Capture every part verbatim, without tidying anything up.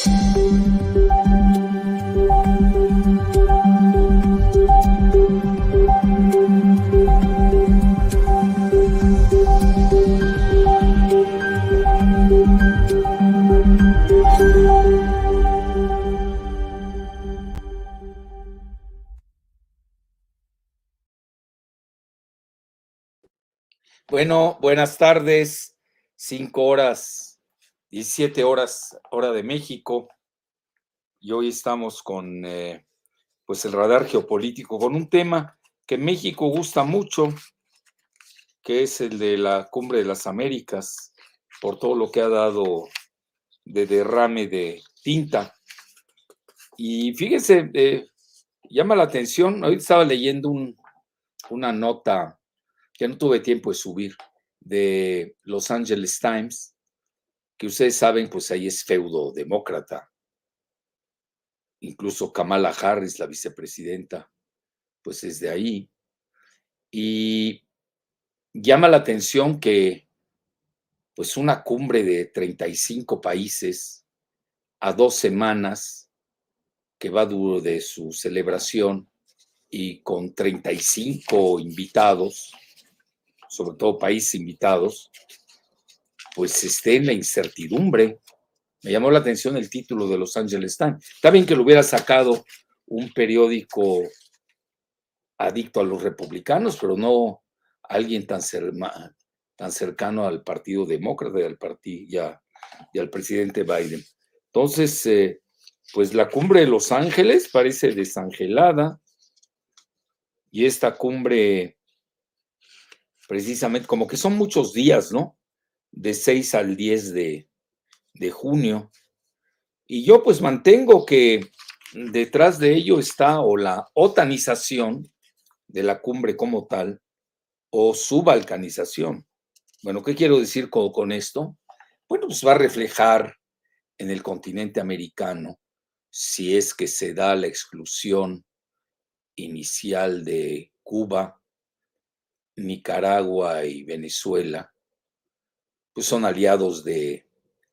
Bueno, buenas tardes, cinco horas, diecisiete horas, hora de México, y hoy estamos con eh, pues el radar geopolítico, con un tema que México gusta mucho, que es el de la Cumbre de las Américas, por todo lo que ha dado de derrame de tinta. Y fíjense, eh, llama la atención, hoy estaba leyendo un, una nota que no tuve tiempo de subir, de Los Angeles Times, que ustedes saben, pues ahí es feudo demócrata. Incluso Kamala Harris, la vicepresidenta, pues es de ahí. Y llama la atención que pues una cumbre de treinta y cinco países a dos semanas que va duro de su celebración y con treinta y cinco invitados, sobre todo países invitados, pues esté en la incertidumbre. Me llamó la atención el título de Los Angeles Times. Está bien que lo hubiera sacado un periódico adicto a los republicanos, pero no alguien tan, cerma, tan cercano al Partido Demócrata y al, partido, y, a, y al presidente Biden. Entonces, eh, pues la cumbre de Los Ángeles parece desangelada, y esta cumbre, precisamente, como que son muchos días, ¿no? De seis al diez de, de junio. Y yo pues mantengo que detrás de ello está o la otanización de la cumbre como tal, o su balcanización. Bueno, ¿qué quiero decir con, con esto? Bueno, pues va a reflejar en el continente americano, si es que se da la exclusión inicial de Cuba, Nicaragua y Venezuela, pues son aliados de,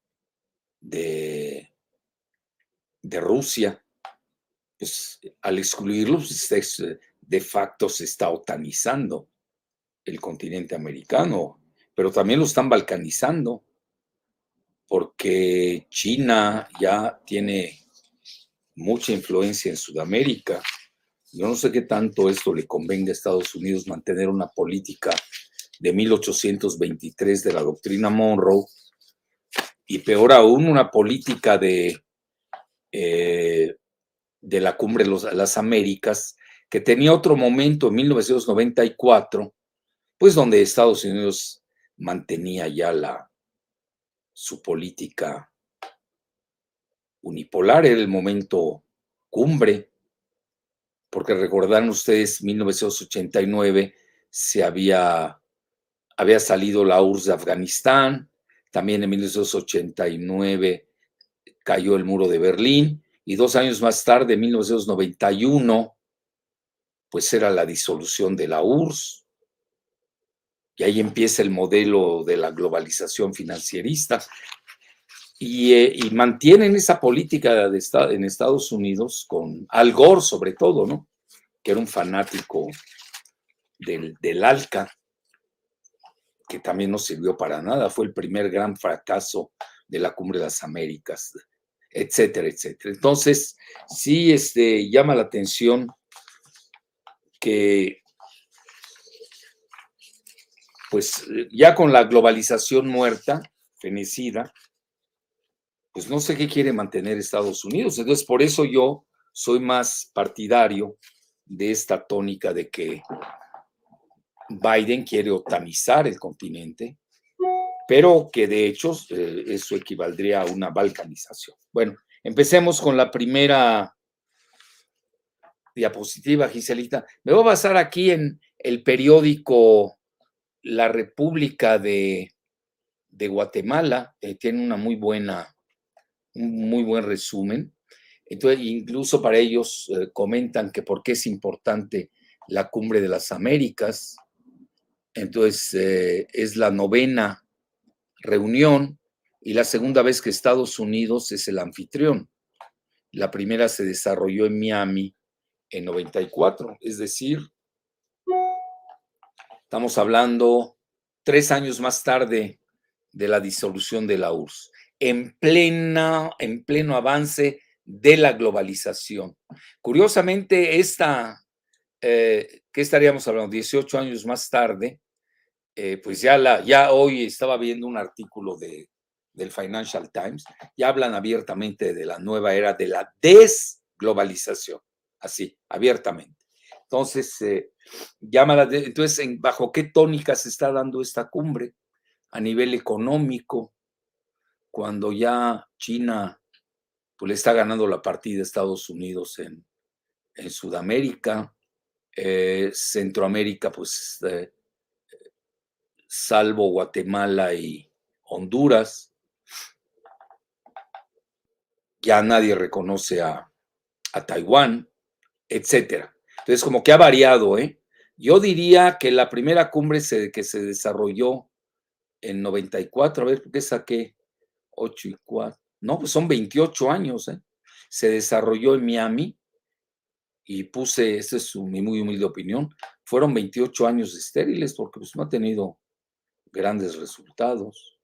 de, de Rusia. Pues al excluirlos, de facto se está otanizando el continente americano, pero también lo están balcanizando, porque China ya tiene mucha influencia en Sudamérica. Yo no sé qué tanto esto le convenga a Estados Unidos mantener una política de mil ochocientos veintitrés de la doctrina Monroe, y peor aún una política de, eh, de la Cumbre de los, las Américas, que tenía otro momento en mil novecientos noventa y cuatro, pues donde Estados Unidos mantenía ya la, su política unipolar, era el momento cumbre, porque recordarán ustedes, mil novecientos ochenta y nueve se había, había salido la U R S S de Afganistán, también en mil novecientos ochenta y nueve cayó el muro de Berlín, y dos años más tarde, en mil novecientos noventa y uno, pues era la disolución de la U R S S, y ahí empieza el modelo de la globalización financierista. Y, eh, y mantienen esa política de esta, en Estados Unidos con Al Gore, sobre todo, ¿no? Que era un fanático del, del ALCA, que también no sirvió para nada, fue el primer gran fracaso de la Cumbre de las Américas, etcétera, etcétera. Entonces, sí este, llama la atención que, pues, ya con la globalización muerta, fenecida, pues no sé qué quiere mantener Estados Unidos. Entonces, por eso yo soy más partidario de esta tónica de que Biden quiere otanizar el continente, pero que de hecho eh, eso equivaldría a una balcanización. Bueno, empecemos con la primera diapositiva, Giselita. Me voy a basar aquí en el periódico La República de, de Guatemala, eh, tiene una muy buena, un muy buen resumen. Entonces, incluso para ellos eh, comentan que por qué es importante la Cumbre de las Américas. Entonces, eh, es la novena reunión y la segunda vez que Estados Unidos es el anfitrión. La primera se desarrolló en Miami en noventa y cuatro, es decir, estamos hablando tres años más tarde de la disolución de la U R S S, en, plena, en pleno avance de la globalización. Curiosamente, esta, eh, ¿qué estaríamos hablando? dieciocho años más tarde, eh, pues ya, la, ya hoy estaba viendo un artículo de, del Financial Times, ya hablan abiertamente de la nueva era de la desglobalización, así, abiertamente. Entonces, eh, llama la de, entonces, ¿en, ¿bajo qué tónica se está dando esta cumbre? A nivel económico, cuando ya China pues, le está ganando la partida a Estados Unidos en, en Sudamérica, eh, Centroamérica, pues eh, salvo Guatemala y Honduras, ya nadie reconoce a, a Taiwán, etcétera. Entonces, como que ha variado, ¿eh? Yo diría que la primera cumbre se, que se desarrolló en noventa y cuatro, a ver, ¿por qué saqué ocho y cuatro? No, pues son veintiocho años, ¿eh? Se desarrolló en Miami y puse, esta es mi muy humilde opinión, fueron veintiocho años estériles porque pues no ha tenido grandes resultados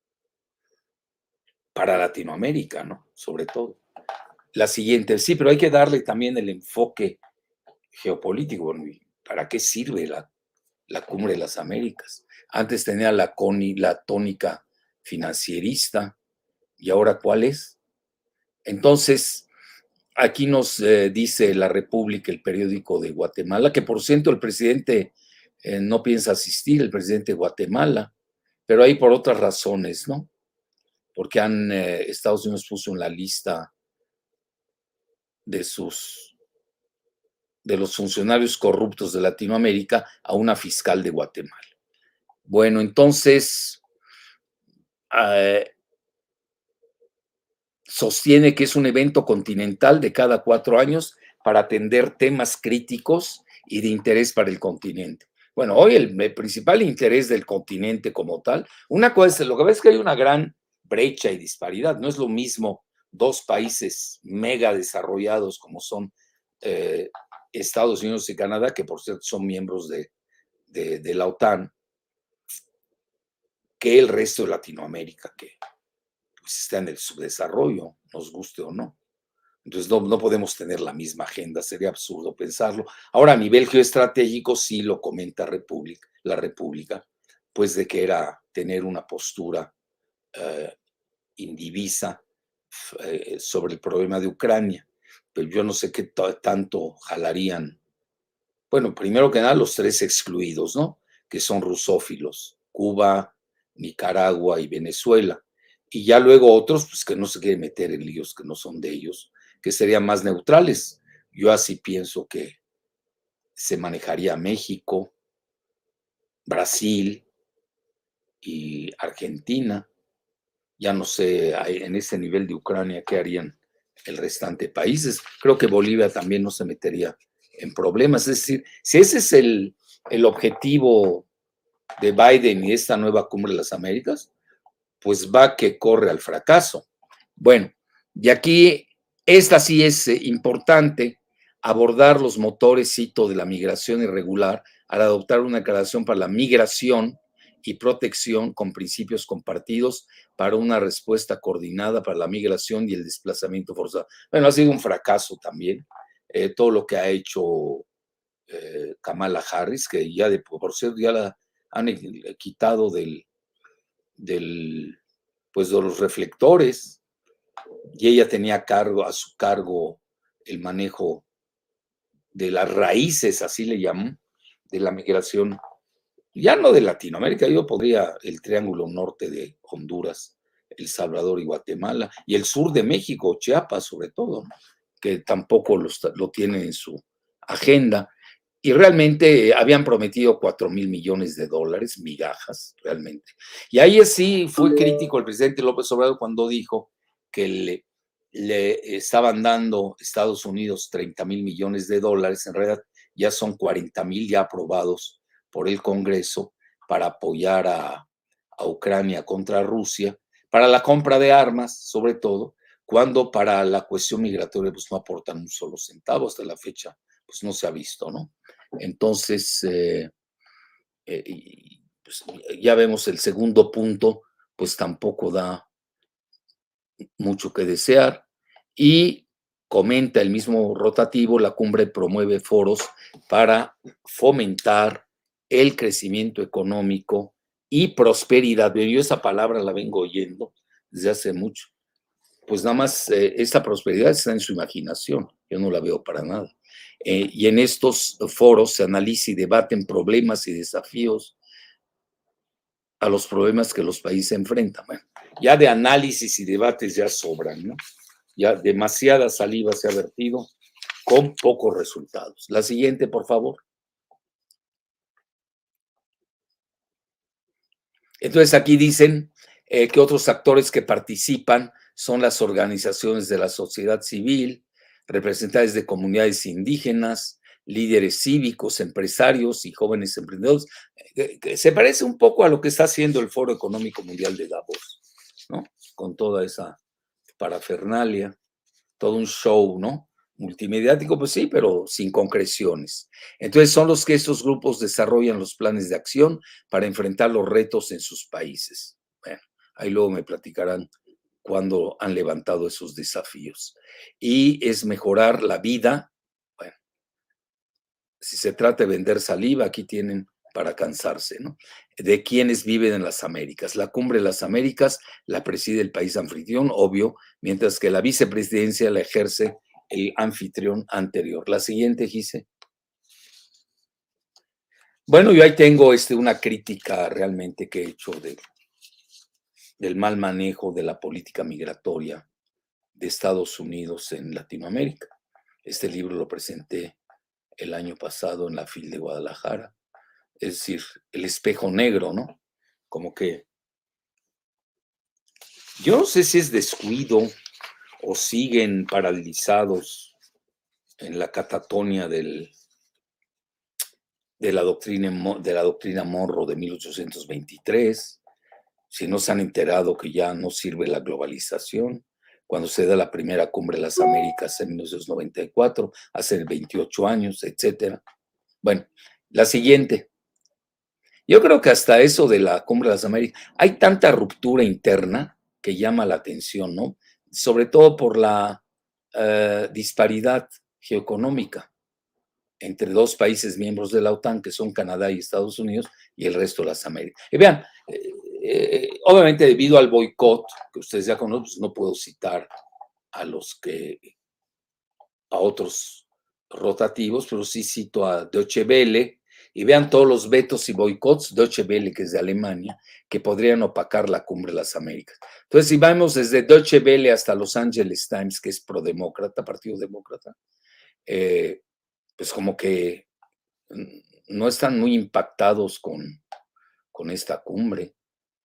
para Latinoamérica, ¿no? Sobre todo. La siguiente, sí, pero hay que darle también el enfoque geopolítico. Bueno, ¿para qué sirve la, la Cumbre de las Américas? Antes tenía la, coni, la tónica financierista, ¿y ahora cuál es? Entonces, aquí nos eh, dice La República, el periódico de Guatemala, que por cierto el presidente eh, no piensa asistir, el presidente de Guatemala, pero ahí por otras razones, ¿no? Porque han, eh, Estados Unidos puso en la lista de sus, de los funcionarios corruptos de Latinoamérica a una fiscal de Guatemala. Bueno, entonces, eh, sostiene que es un evento continental de cada cuatro años para atender temas críticos y de interés para el continente. Bueno, hoy el, el principal interés del continente como tal, una cosa es, lo que ves es que hay una gran brecha y disparidad, no es lo mismo dos países mega desarrollados como son eh, Estados Unidos y Canadá, que por cierto son miembros de, de, de la OTAN, que el resto de Latinoamérica, que pues está en el subdesarrollo, nos guste o no. Entonces no, no podemos tener la misma agenda, sería absurdo pensarlo. Ahora, a nivel geoestratégico, sí lo comenta República, la República, pues de que era tener una postura eh, indivisa eh, sobre el problema de Ucrania. Pero yo no sé qué tanto jalarían. Bueno, primero que nada, los tres excluidos, ¿no? Que son rusófilos, Cuba, Nicaragua y Venezuela. Y ya luego otros, pues que no se quieren meter en líos que no son de ellos, que serían más neutrales. Yo así pienso que se manejaría México, Brasil y Argentina. Ya no sé en ese nivel de Ucrania qué harían el restante de países. Creo que Bolivia también no se metería en problemas. Es decir, si ese es el, el objetivo de Biden y esta nueva cumbre de las Américas, pues va que corre al fracaso. Bueno, y aquí esta sí es eh, importante abordar los motores, cito, de la migración irregular al adoptar una declaración para la migración y protección con principios compartidos para una respuesta coordinada para la migración y el desplazamiento forzado. Bueno, ha sido un fracaso también eh, todo lo que ha hecho eh, Kamala Harris, que ya de por cierto ya la han quitado del, del pues de los reflectores, y ella tenía a cargo, a su cargo el manejo de las raíces, así le llaman, de la migración, ya no de Latinoamérica, yo podría el triángulo norte de Honduras, El Salvador y Guatemala, y el sur de México, Chiapas sobre todo, ¿no? Que tampoco lo, lo tienen en su agenda. Y realmente habían prometido cuatro mil millones de dólares, migajas, realmente. Y ahí sí fue crítico el presidente López Obrador cuando dijo que le, le estaban dando Estados Unidos treinta mil millones de dólares, en realidad ya son cuarenta mil ya aprobados por el Congreso para apoyar a, a Ucrania contra Rusia, para la compra de armas, sobre todo, cuando para la cuestión migratoria pues no aportan un solo centavo hasta la fecha, pues no se ha visto, ¿no? Entonces, eh, eh, y, pues, ya vemos el segundo punto, pues tampoco da mucho que desear. Y comenta el mismo rotativo, la cumbre promueve foros para fomentar el crecimiento económico y prosperidad. Yo esa palabra la vengo oyendo desde hace mucho. Pues nada más eh, esta prosperidad está en su imaginación, yo no la veo para nada. Eh, y en estos foros se analiza y debaten problemas y desafíos a los problemas que los países enfrentan. Bueno, ya de análisis y debates ya sobran, ¿no? Ya demasiada saliva se ha vertido con pocos resultados. La siguiente, por favor. Entonces aquí dicen eh, que otros actores que participan son las organizaciones de la sociedad civil, representantes de comunidades indígenas, líderes cívicos, empresarios y jóvenes emprendedores. Eh, que se parece un poco a lo que está haciendo el Foro Económico Mundial de Davos, ¿no? Con toda esa parafernalia, todo un show, ¿no? Multimediático, pues sí, pero sin concreciones. Entonces son los que estos grupos desarrollan los planes de acción para enfrentar los retos en sus países. Bueno, ahí luego me platicarán cuándo han levantado esos desafíos. Y es mejorar la vida. Bueno, si se trata de vender saliva, aquí tienen para cansarse, ¿no? De quienes viven en las Américas. La cumbre de las Américas la preside el país anfitrión, obvio, mientras que la vicepresidencia la ejerce el anfitrión anterior. La siguiente, Gise. Bueno, yo ahí tengo este, una crítica realmente que he hecho de, del mal manejo de la política migratoria de Estados Unidos en Latinoamérica. Este libro lo presenté el año pasado en la FIL de Guadalajara. Es decir, el espejo negro, ¿no? Como que yo no sé si es descuido o siguen paralizados en la catatonia del, de, la doctrina, de la doctrina Monroe de mil ochocientos veintitrés, si no se han enterado que ya no sirve la globalización, cuando se da la primera cumbre de las Américas en mil novecientos noventa y cuatro, hace veintiocho años, etcétera. Bueno, la siguiente. Yo creo que hasta eso de la cumbre de las Américas, hay tanta ruptura interna que llama la atención, ¿no? Sobre todo por la uh, disparidad geoeconómica entre dos países miembros de la OTAN, que son Canadá y Estados Unidos, y el resto de las Américas. Y vean, eh, eh, obviamente debido al boicot, que ustedes ya conocen, pues no puedo citar a los que, a otros rotativos, pero sí cito a Deutsche Welle, y vean todos los vetos y boicots, Deutsche Welle, que es de Alemania, que podrían opacar la cumbre de las Américas. Entonces, si vamos desde Deutsche Welle hasta Los Angeles Times, que es prodemócrata, partido demócrata, eh, pues como que no están muy impactados con, con esta cumbre.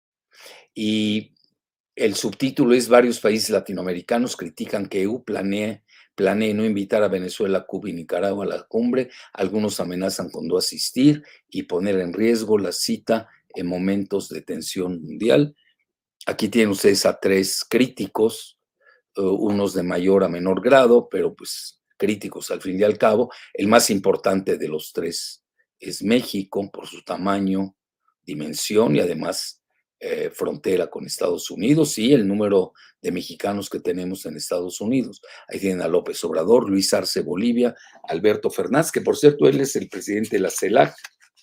Y el subtítulo es: varios países latinoamericanos critican que E U planee, planee no invitar a Venezuela, Cuba y Nicaragua a la cumbre. Algunos amenazan con no asistir y poner en riesgo la cita en momentos de tensión mundial. Aquí tienen ustedes a tres críticos, uh, unos de mayor a menor grado, pero pues críticos al fin y al cabo. El más importante de los tres es México, por su tamaño, dimensión y además eh, frontera con Estados Unidos y el número de mexicanos que tenemos en Estados Unidos. Ahí tienen a López Obrador, Luis Arce Bolivia, Alberto Fernández, que por cierto él es el presidente de la CELAC,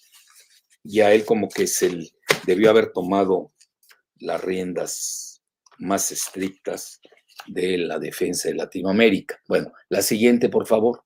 y a él como que es el, debió haber tomado las riendas más estrictas de la defensa de Latinoamérica. Bueno, la siguiente, por favor.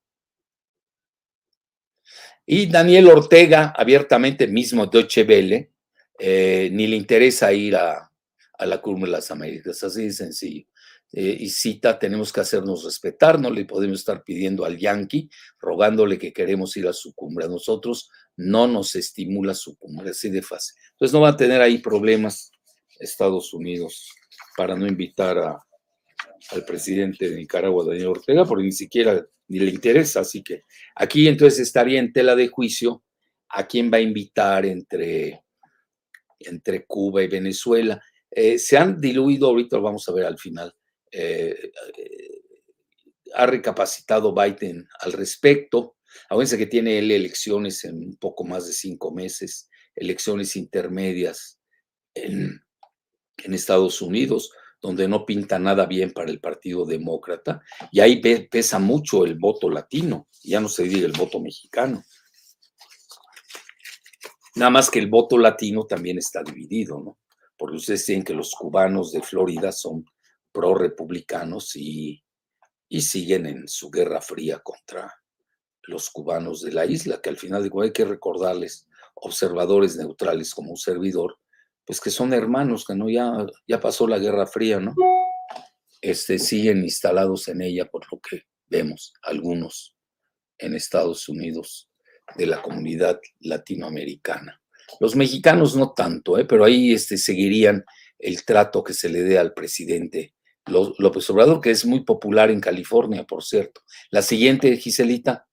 Y Daniel Ortega, abiertamente, mismo Deutsche Welle, eh, ni le interesa ir a, a la cumbre de las Américas, así de sencillo. Eh, y cita: tenemos que hacernos respetar, no le podemos estar pidiendo al yanqui, rogándole que queremos ir a su cumbre. A nosotros no nos estimula su cumbre, así de fácil. Entonces no van a tener ahí problemas Estados Unidos para no invitar a, al presidente de Nicaragua, Daniel Ortega, porque ni siquiera ni le interesa. Así que aquí entonces estaría en tela de juicio a quién va a invitar entre, entre Cuba y Venezuela. Eh, se han diluido, ahorita lo vamos a ver al final, eh, eh, ha recapacitado Biden al respecto. Acuérdense que tiene él elecciones en un poco más de cinco meses, elecciones intermedias en, en Estados Unidos, donde no pinta nada bien para el Partido Demócrata, y ahí pe- pesa mucho el voto latino, ya no se diga el voto mexicano. Nada más que el voto latino también está dividido, ¿no? Porque ustedes saben que los cubanos de Florida son pro-republicanos y, y siguen en su guerra fría contra los cubanos de la isla, que al final de cuentas hay que recordarles, observadores neutrales como un servidor, pues que son hermanos, que no ya, ya pasó la Guerra Fría, ¿no? Este, siguen instalados en ella, por lo que vemos, algunos en Estados Unidos de la comunidad latinoamericana. Los mexicanos no tanto, ¿eh? Pero ahí este, seguirían el trato que se le dé al presidente López Obrador, que es muy popular en California, por cierto. La siguiente, Giselita.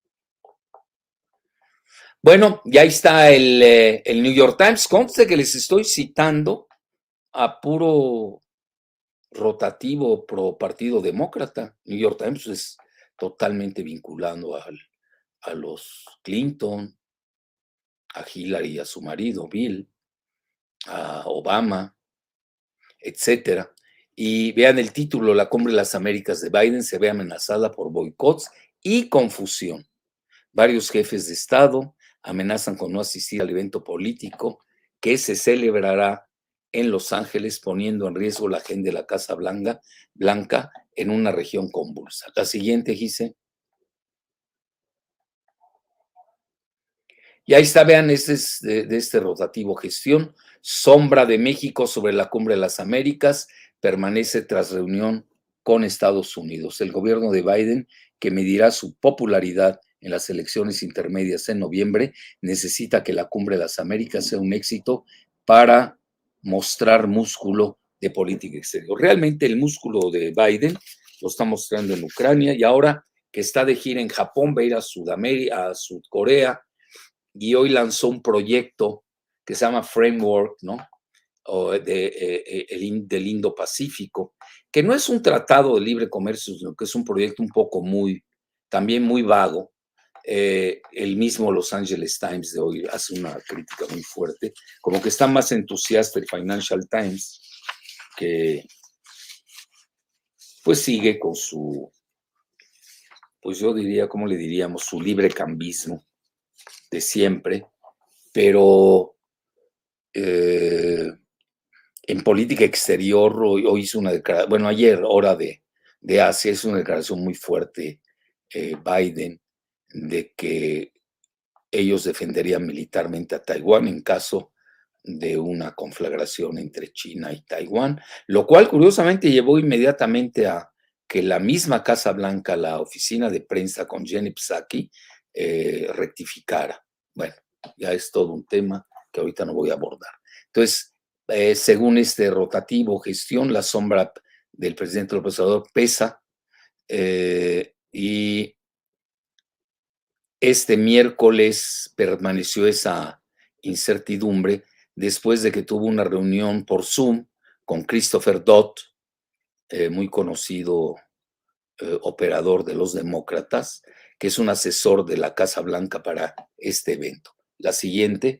Bueno, ya está el, eh, el New York Times. Conste que les estoy citando a puro rotativo pro Partido Demócrata. New York Times es totalmente vinculado al, a los Clinton, a Hillary y a su marido Bill, a Obama, etcétera. Y vean el título: la cumbre de las Américas de Biden se ve amenazada por boicots y confusión. Varios jefes de Estado amenazan con no asistir al evento político que se celebrará en Los Ángeles, poniendo en riesgo la agenda de la Casa Blanca, Blanca en una región convulsa. La siguiente, Gise. Y ahí está, vean, este es de, de este rotativo gestión. Sombra de México sobre la cumbre de las Américas permanece tras reunión con Estados Unidos. El gobierno de Biden, que medirá su popularidad en las elecciones intermedias en noviembre, necesita que la cumbre de las Américas sea un éxito para mostrar músculo de política exterior. Realmente el músculo de Biden lo está mostrando en Ucrania, y ahora que está de gira en Japón, va a ir a Sudamérica, a Sudcorea, y hoy lanzó un proyecto que se llama Framework, ¿no? O de, eh, el, del Indo-Pacífico, que no es un tratado de libre comercio, sino que es un proyecto un poco muy, también muy vago. Eh, el mismo Los Angeles Times de hoy hace una crítica muy fuerte, como que está más entusiasta el Financial Times, que pues sigue con su, pues yo diría, ¿cómo le diríamos? Su libre cambismo de siempre, pero eh, en política exterior hoy, hoy hizo una declaración, bueno, ayer, hora de, de Asia, hizo una declaración muy fuerte eh, Biden, de que ellos defenderían militarmente a Taiwán en caso de una conflagración entre China y Taiwán, lo cual curiosamente llevó inmediatamente a que la misma Casa Blanca, la oficina de prensa con Jenny Psaki, eh, rectificara. Bueno, ya es todo un tema que ahorita no voy a abordar. Entonces, eh, según este rotativo gestión, la sombra del presidente López Obrador pesa, eh, y este miércoles permaneció esa incertidumbre después de que tuvo una reunión por Zoom con Christopher Dodd, eh, muy conocido eh, operador de los demócratas, que es un asesor de la Casa Blanca para este evento. La siguiente.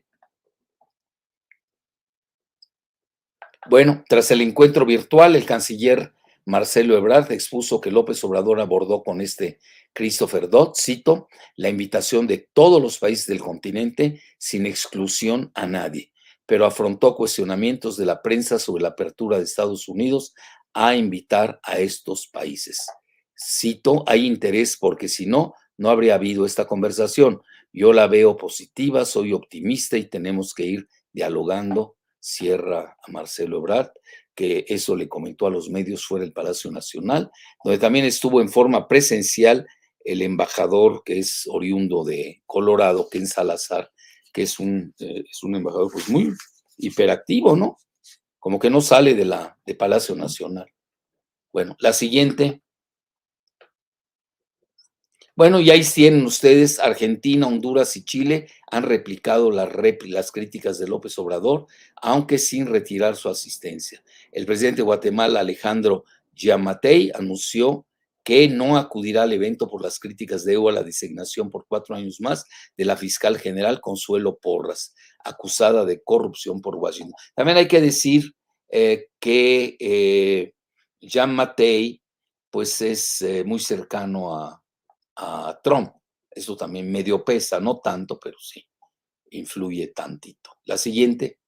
Bueno, tras el encuentro virtual, el canciller Marcelo Ebrard expuso que López Obrador abordó con este Christopher Dodd, cito, la invitación de todos los países del continente sin exclusión a nadie, pero afrontó cuestionamientos de la prensa sobre la apertura de Estados Unidos a invitar a estos países. Cito, hay interés porque si no, no habría habido esta conversación. Yo la veo positiva, soy optimista y tenemos que ir dialogando, cierra a Marcelo Ebrard, que eso le comentó a los medios fuera del Palacio Nacional, donde también estuvo en forma presencial el embajador que es oriundo de Colorado, Ken Salazar, que es un, eh, es un embajador pues muy hiperactivo, ¿no? Como que no sale de la de Palacio Nacional. Bueno, la siguiente. Bueno, y ahí tienen ustedes, Argentina, Honduras y Chile han replicado las, repli- las críticas de López Obrador, aunque sin retirar su asistencia. El presidente de Guatemala, Alejandro Giammattei, anunció que no acudirá al evento por las críticas de Evo a la designación por cuatro años más de la fiscal general Consuelo Porras, acusada de corrupción por Washington. También hay que decir eh, que eh, Giammattei, pues es eh, muy cercano a a Trump. Eso también medio pesa, no tanto, pero sí, influye tantito. La siguiente.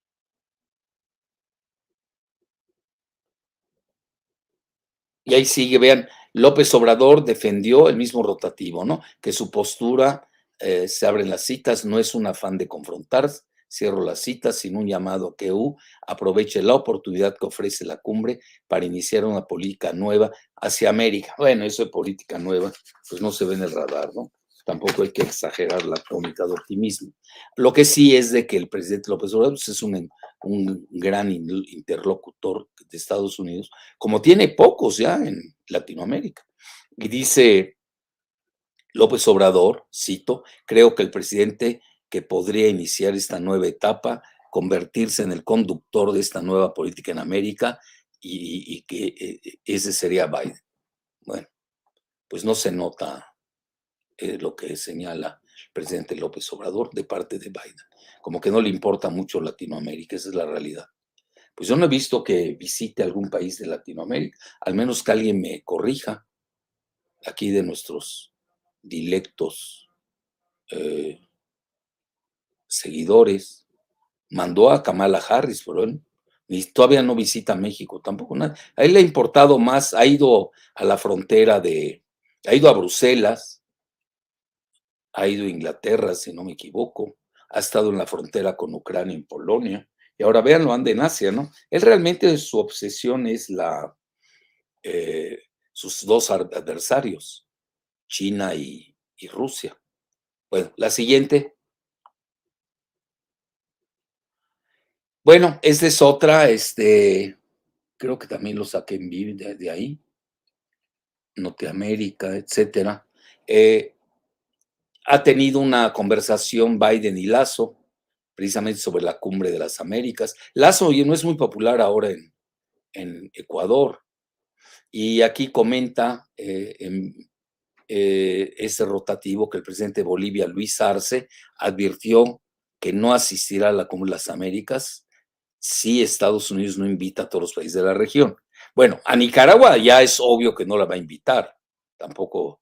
Y ahí sigue, vean, López Obrador defendió el mismo rotativo, ¿no? Que su postura, eh, se abren las citas, no es un afán de confrontar, cierro las citas, sino un llamado a que E U aproveche la oportunidad que ofrece la cumbre para iniciar una política nueva hacia América. Bueno, eso de política nueva, pues no se ve en el radar, ¿no? Tampoco hay que exagerar la tónica de optimismo. Lo que sí es de que el presidente López Obrador pues, es un, un gran interlocutor de Estados Unidos, como tiene pocos ya en Latinoamérica. Y dice López Obrador, cito, creo que el presidente que podría iniciar esta nueva etapa, convertirse en el conductor de esta nueva política en América y, y que eh, ese sería Biden. Bueno, pues no se nota eh, lo que señala el presidente López Obrador de parte de Biden. Como que no le importa mucho Latinoamérica, esa es la realidad. Pues yo no he visto que visite algún país de Latinoamérica, al menos que alguien me corrija aquí de nuestros dilectos eh, seguidores. Mandó a Kamala Harris, pero él ni, todavía no visita México, tampoco nada. A él le ha importado más, ha ido a la frontera de, ha ido a Bruselas, ha ido a Inglaterra, si no me equivoco, ha estado en la frontera con Ucrania en Polonia, y ahora véanlo, anda en Asia, ¿no? Él realmente su obsesión es la, eh, sus dos adversarios, China y, y Rusia. Bueno, la siguiente. Bueno, esta es otra, este, creo que también lo saqué en vivo de, de ahí, Norteamérica, etcétera. Eh, ha tenido una conversación Biden y Lazo, precisamente sobre la cumbre de las Américas. Lazo no es muy popular ahora en, en Ecuador, y aquí comenta eh, en, eh, ese rotativo que el presidente de Bolivia, Luis Arce, advirtió que no asistirá a la Cumbre de las Américas si Estados Unidos no invita a todos los países de la región. Bueno, a Nicaragua ya es obvio que no la va a invitar, tampoco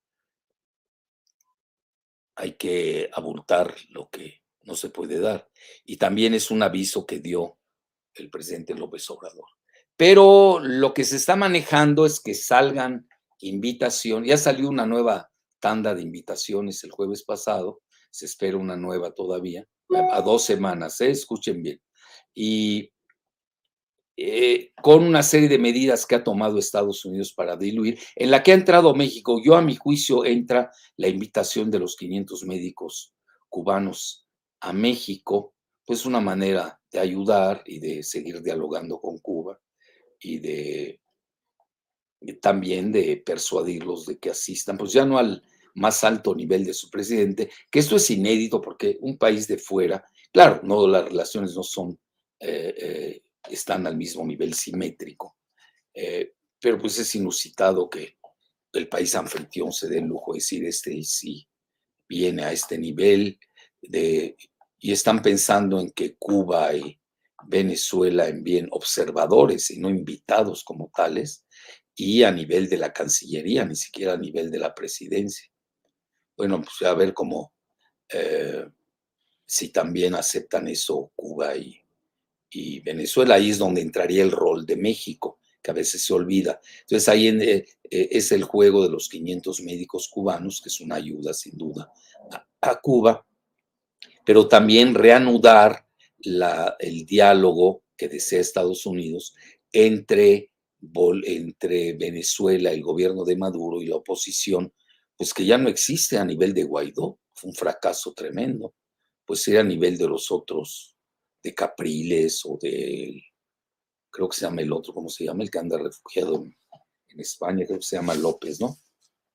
hay que abultar lo que no se puede dar. Y también es un aviso que dio el presidente López Obrador. Pero lo que se está manejando es que salgan invitaciones, ya salió una nueva tanda de invitaciones el jueves pasado, se espera una nueva todavía, a dos semanas, ¿eh? Escuchen bien. Y eh, con una serie de medidas que ha tomado Estados Unidos para diluir, en la que ha entrado México. Yo, a mi juicio, entra la invitación de los quinientos médicos cubanos a México, pues una manera de ayudar y de seguir dialogando con Cuba y de, de también de persuadirlos de que asistan, pues ya no al más alto nivel de su presidente, que esto es inédito porque un país de fuera, claro, no, las relaciones no son eh, eh, están al mismo nivel simétrico. Eh, pero pues es inusitado que el país anfitrión se dé el lujo de decir, este sí viene a este nivel de, y están pensando en que Cuba y Venezuela envíen observadores y no invitados como tales, y a nivel de la Cancillería, ni siquiera a nivel de la presidencia. Bueno, pues a ver cómo, eh, si también aceptan eso Cuba y, y Venezuela, ahí es donde entraría el rol de México, que a veces se olvida. Entonces ahí en, eh, eh, es el juego de los quinientos médicos cubanos, que es una ayuda sin duda a, a Cuba, pero también reanudar la, el diálogo que desea Estados Unidos entre, entre Venezuela, el gobierno de Maduro y la oposición, pues que ya no existe a nivel de Guaidó, fue un fracaso tremendo, pues sería a nivel de los otros, de Capriles o de, creo que se llama el otro, ¿cómo se llama? El que anda refugiado en, en España, creo que se llama López, ¿no?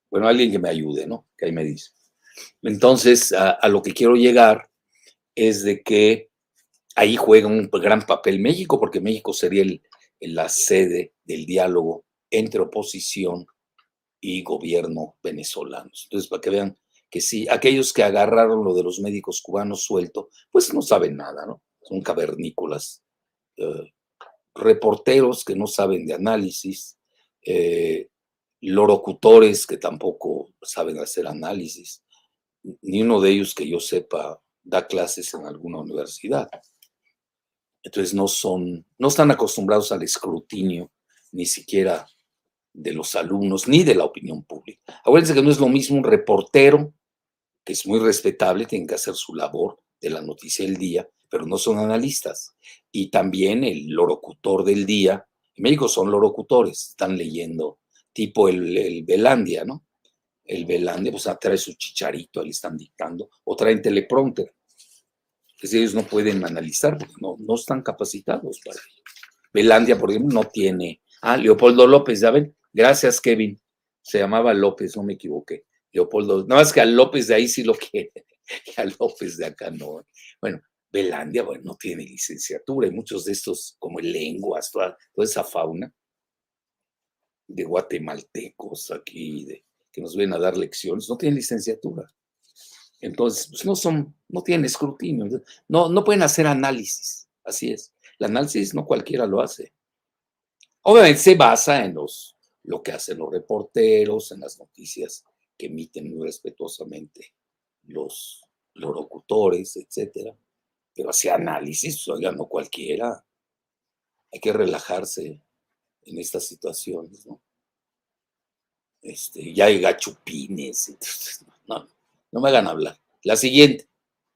Bueno, alguien que me ayude, ¿no? Que ahí me dice. Entonces, a, a lo que quiero llegar es de que ahí juega un gran papel México, porque México sería el, el- la sede del diálogo entre oposición y gobierno venezolanos. Entonces, para que vean que sí, aquellos que agarraron lo de los médicos cubanos suelto, pues no saben nada, ¿no? Son cavernícolas, eh, reporteros que no saben de análisis, eh, lorocutores que tampoco saben hacer análisis. Ni uno de ellos que yo sepa da clases en alguna universidad. Entonces no son, no están acostumbrados al escrutinio, ni siquiera de los alumnos, ni de la opinión pública. Acuérdense que no es lo mismo un reportero, que es muy respetable, tienen que hacer su labor de la noticia del día, pero no son analistas. Y también el locutor del día, en México son locutores, están leyendo, tipo el, el Belandia, ¿no? El Belandia, pues trae su chicharito, ahí están dictando, o traen teleprompter. Pues ellos no pueden analizar, porque no, no están capacitados para ello. Belandia, por ejemplo, no tiene. Ah, Leopoldo López, ¿ya ven? Gracias, Kevin. Se llamaba López, no me equivoqué. Leopoldo, nada más que al López de ahí sí lo quiere, y al López de acá no. Bueno, Belandia, bueno, no tiene licenciatura, y muchos de estos, como lenguas, toda, toda esa fauna de guatemaltecos aquí, de, que nos vienen a dar lecciones, no tienen licenciatura. Entonces, pues no son, no tienen escrutinio, no, no pueden hacer análisis, así es. El análisis no cualquiera lo hace. Obviamente se basa en los, lo que hacen los reporteros, en las noticias que emiten muy respetuosamente los, los locutores, etcétera. Pero hacia análisis, pues, oiga, no cualquiera. Hay que relajarse en estas situaciones, ¿no? Este, ya hay gachupines, entonces, no, no me hagan hablar. La siguiente.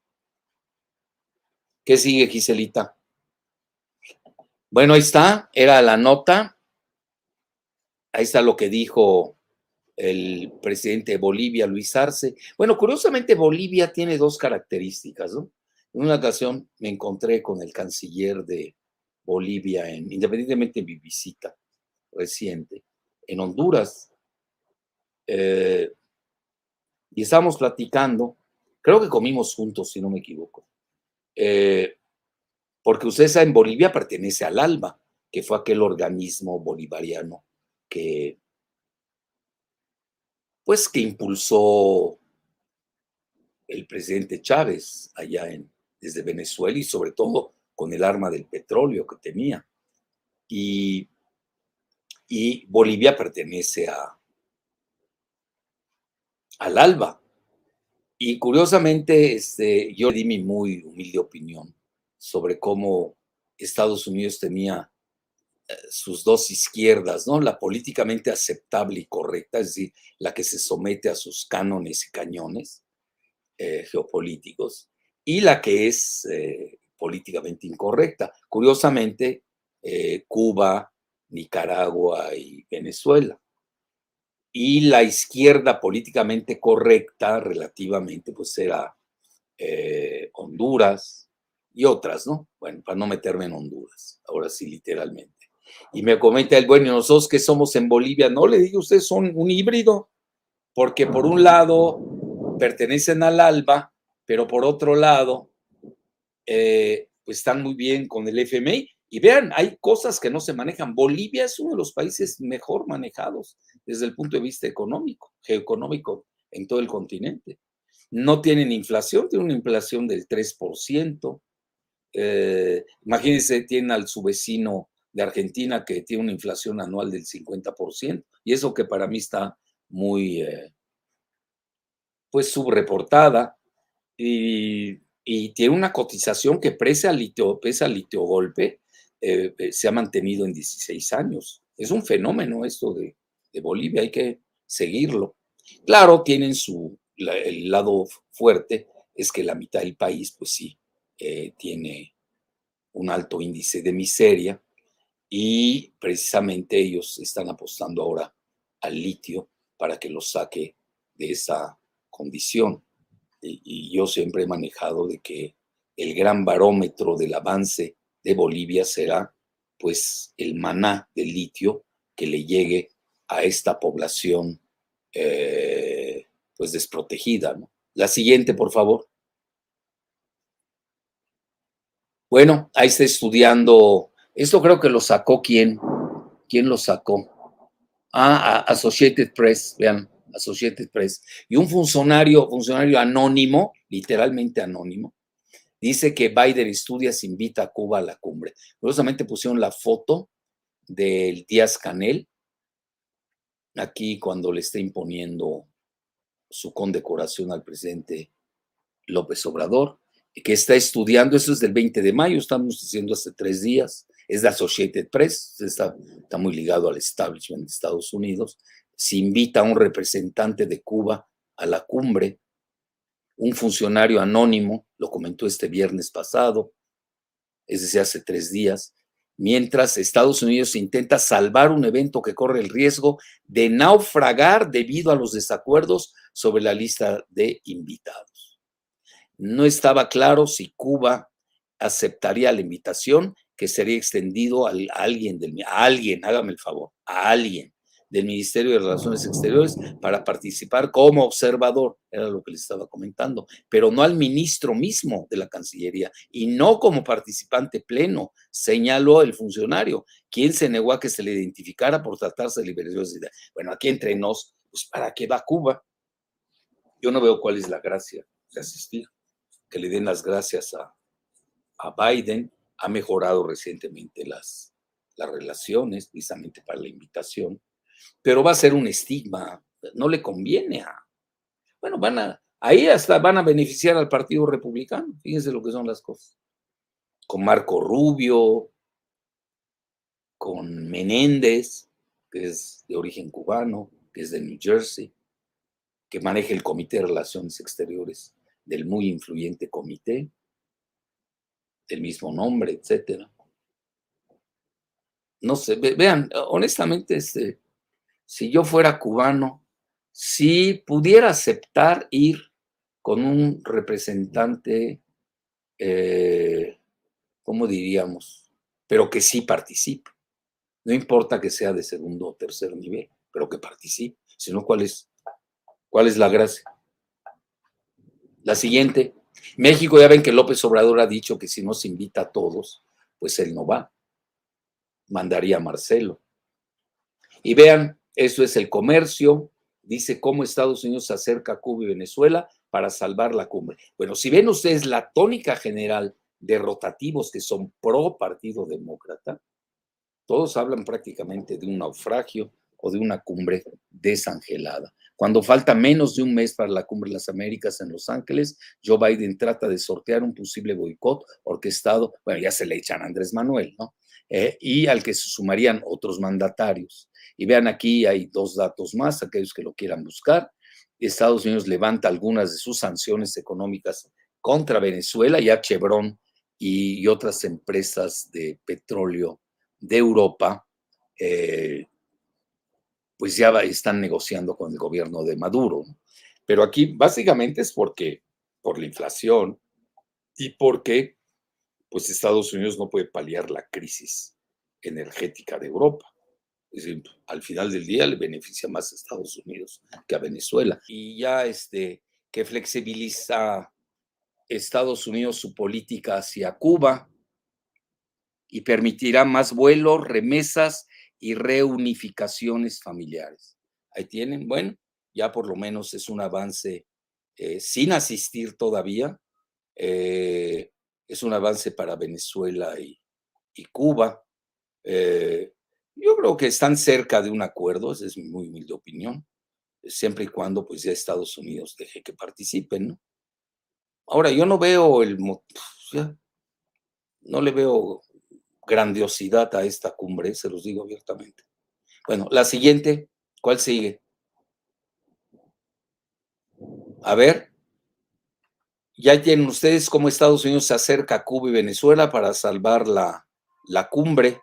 ¿Qué sigue, Giselita? Bueno, ahí está, era la nota. Ahí está lo que dijo el presidente de Bolivia, Luis Arce. Bueno, curiosamente Bolivia tiene dos características, ¿no? En una ocasión me encontré con el canciller de Bolivia, en, independientemente de mi visita reciente, en Honduras, eh, y estábamos platicando, creo que comimos juntos, si no me equivoco, eh, porque usted sabe, en Bolivia pertenece al ALBA, que fue aquel organismo bolivariano que, pues, que impulsó el presidente Chávez allá en, desde Venezuela y sobre todo con el arma del petróleo que tenía. Y, y Bolivia pertenece a, al ALBA. Y curiosamente, este, yo di mi muy humilde opinión sobre cómo Estados Unidos tenía eh, sus dos izquierdas, ¿no? La políticamente aceptable y correcta, es decir, la que se somete a sus cánones y cañones eh, geopolíticos, y la que es eh, políticamente incorrecta. Curiosamente, eh, Cuba, Nicaragua y Venezuela. Y la izquierda políticamente correcta relativamente, pues era eh, Honduras y otras, ¿no? Bueno, para no meterme en Honduras, ahora sí, literalmente. Y me comenta el bueno, nosotros que somos en Bolivia, no le digo, ustedes son un híbrido, porque por un lado pertenecen al ALBA, pero por otro lado, eh, pues están muy bien con el F M I. Y vean, hay cosas que no se manejan. Bolivia es uno de los países mejor manejados desde el punto de vista económico, geoeconómico en todo el continente. No tienen inflación, tienen una inflación del tres por ciento. Eh, imagínense, tienen al su vecino de Argentina que tiene una inflación anual del cincuenta por ciento. Y eso que para mí está muy, eh, pues, subreportada. Y, y tiene una cotización que pese al litio, pese al litio golpe, eh, eh, se ha mantenido en dieciséis años. Es un fenómeno esto de, de Bolivia, hay que seguirlo. Claro, tienen su, la, el lado fuerte, es que la mitad del país, pues sí, eh, tiene un alto índice de miseria y precisamente ellos están apostando ahora al litio para que los saque de esa condición. Y, y yo siempre he manejado de que el gran barómetro del avance de Bolivia será pues el maná del litio que le llegue a esta población eh, pues desprotegida, ¿no? La siguiente, por favor. Bueno, ahí está estudiando. Esto creo que lo sacó quién. ¿Quién lo sacó? Ah, Associated Press, vean, Associated Press. Y un funcionario, funcionario anónimo, literalmente anónimo, dice que Biden estudia, se invita a Cuba a la cumbre. Curiosamente pusieron la foto del Díaz-Canel, aquí cuando le está imponiendo su condecoración al presidente López Obrador, que está estudiando, eso es del veinte de mayo, estamos diciendo hace tres días, es de Associated Press, está, está muy ligado al establishment de Estados Unidos, se invita a un representante de Cuba a la cumbre, un funcionario anónimo, lo comentó este viernes pasado, es decir, hace tres días, mientras Estados Unidos intenta salvar un evento que corre el riesgo de naufragar debido a los desacuerdos sobre la lista de invitados. No estaba claro si Cuba aceptaría la invitación que sería extendido a alguien, del, a alguien, hágame el favor, a alguien del Ministerio de Relaciones Exteriores para participar como observador, era lo que les estaba comentando, pero no al ministro mismo de la Cancillería y no como participante pleno, señaló el funcionario, quien se negó a que se le identificara por tratarse de liberación. Bueno, aquí entre nos, pues ¿para qué va Cuba? Yo no veo cuál es la gracia de asistir. Que le den las gracias a, a Biden, ha mejorado recientemente las, las relaciones, precisamente para la invitación, pero va a ser un estigma, no le conviene a, bueno, van a, ahí hasta van a beneficiar al Partido Republicano, fíjense lo que son las cosas, con Marco Rubio, con Menéndez, que es de origen cubano, que es de New Jersey, que maneja el Comité de Relaciones Exteriores del muy influyente comité, del mismo nombre, etcétera. No sé, ve, vean, honestamente, este, si yo fuera cubano, si pudiera aceptar ir con un representante, eh, ¿cómo diríamos? Pero que sí participe. No importa que sea de segundo o tercer nivel, pero que participe. Si no, ¿cuál es, cuál es la gracia? La siguiente. México, ya ven que López Obrador ha dicho que si no se invita a todos, pues él no va. Mandaría a Marcelo. Y vean, eso es el comercio, dice cómo Estados Unidos se acerca a Cuba y Venezuela para salvar la cumbre. Bueno, si ven ustedes la tónica general de rotativos que son pro Partido Demócrata, todos hablan prácticamente de un naufragio o de una cumbre desangelada. Cuando falta menos de un mes para la Cumbre de las Américas en Los Ángeles, Joe Biden trata de sortear un posible boicot orquestado, bueno, ya se le echan a Andrés Manuel, ¿no? Eh, y al que se sumarían otros mandatarios. Y vean, aquí hay dos datos más, aquellos que lo quieran buscar. Estados Unidos levanta algunas de sus sanciones económicas contra Venezuela, ya Chevron y, y otras empresas de petróleo de Europa, eh, pues ya están negociando con el gobierno de Maduro. Pero aquí básicamente es porque, por la inflación y porque pues Estados Unidos no puede paliar la crisis energética de Europa. Es decir, al final del día le beneficia más a Estados Unidos que a Venezuela. Y ya este, que flexibiliza Estados Unidos su política hacia Cuba y permitirá más vuelos, remesas y reunificaciones familiares. Ahí tienen, bueno, ya por lo menos es un avance eh, sin asistir todavía, eh, es un avance para Venezuela y, y Cuba. Eh, yo creo que están cerca de un acuerdo, esa es mi muy humilde opinión, siempre y cuando pues ya Estados Unidos deje que participen, ¿no? Ahora, yo no veo el, ya, no le veo grandiosidad a esta cumbre, se los digo abiertamente. Bueno, la siguiente, ¿cuál sigue? A ver, ya tienen ustedes cómo Estados Unidos se acerca a Cuba y Venezuela para salvar la, la cumbre.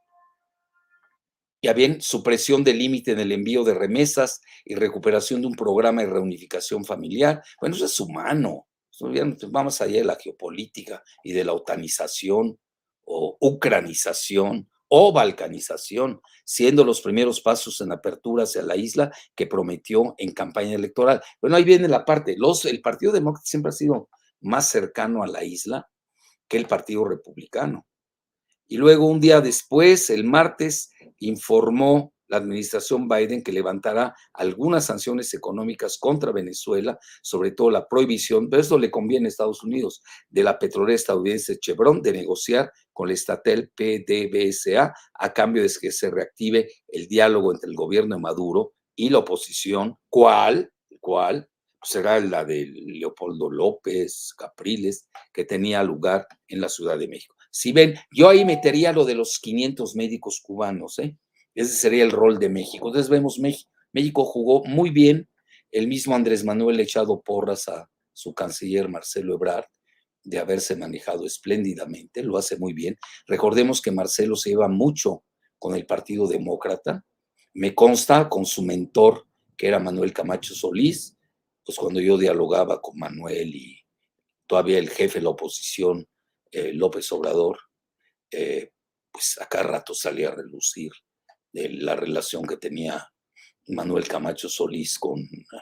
Ya bien, supresión del límite en el envío de remesas y recuperación de un programa de reunificación familiar. Bueno, eso es humano. Vamos allá de la geopolítica y de la otanización o ucranización o balcanización, siendo los primeros pasos en apertura hacia la isla que prometió en campaña electoral. Bueno, ahí viene la parte. Los, el Partido Demócrata siempre ha sido más cercano a la isla que el Partido Republicano. Y luego un día después, el martes, informó la administración Biden que levantará algunas sanciones económicas contra Venezuela, sobre todo la prohibición, pero esto le conviene a Estados Unidos, de la petrolera estadounidense Chevron de negociar con la estatal P D V S A a cambio de que se reactive el diálogo entre el gobierno de Maduro y la oposición, ¿cuál? ¿Cuál? Será la de Leopoldo López Capriles, que tenía lugar en la Ciudad de México. Si ven, yo ahí metería lo de los quinientos médicos cubanos, ¿eh? Ese sería el rol de México. Entonces vemos, México, México jugó muy bien, el mismo Andrés Manuel ha echado porras a su canciller Marcelo Ebrard de haberse manejado espléndidamente, lo hace muy bien. Recordemos que Marcelo se lleva mucho con el Partido Demócrata, me consta con su mentor, que era Manuel Camacho Solís, pues cuando yo dialogaba con Manuel y todavía el jefe de la oposición, eh, López Obrador, eh, pues a cada rato salía a relucir de la relación que tenía Manuel Camacho Solís con,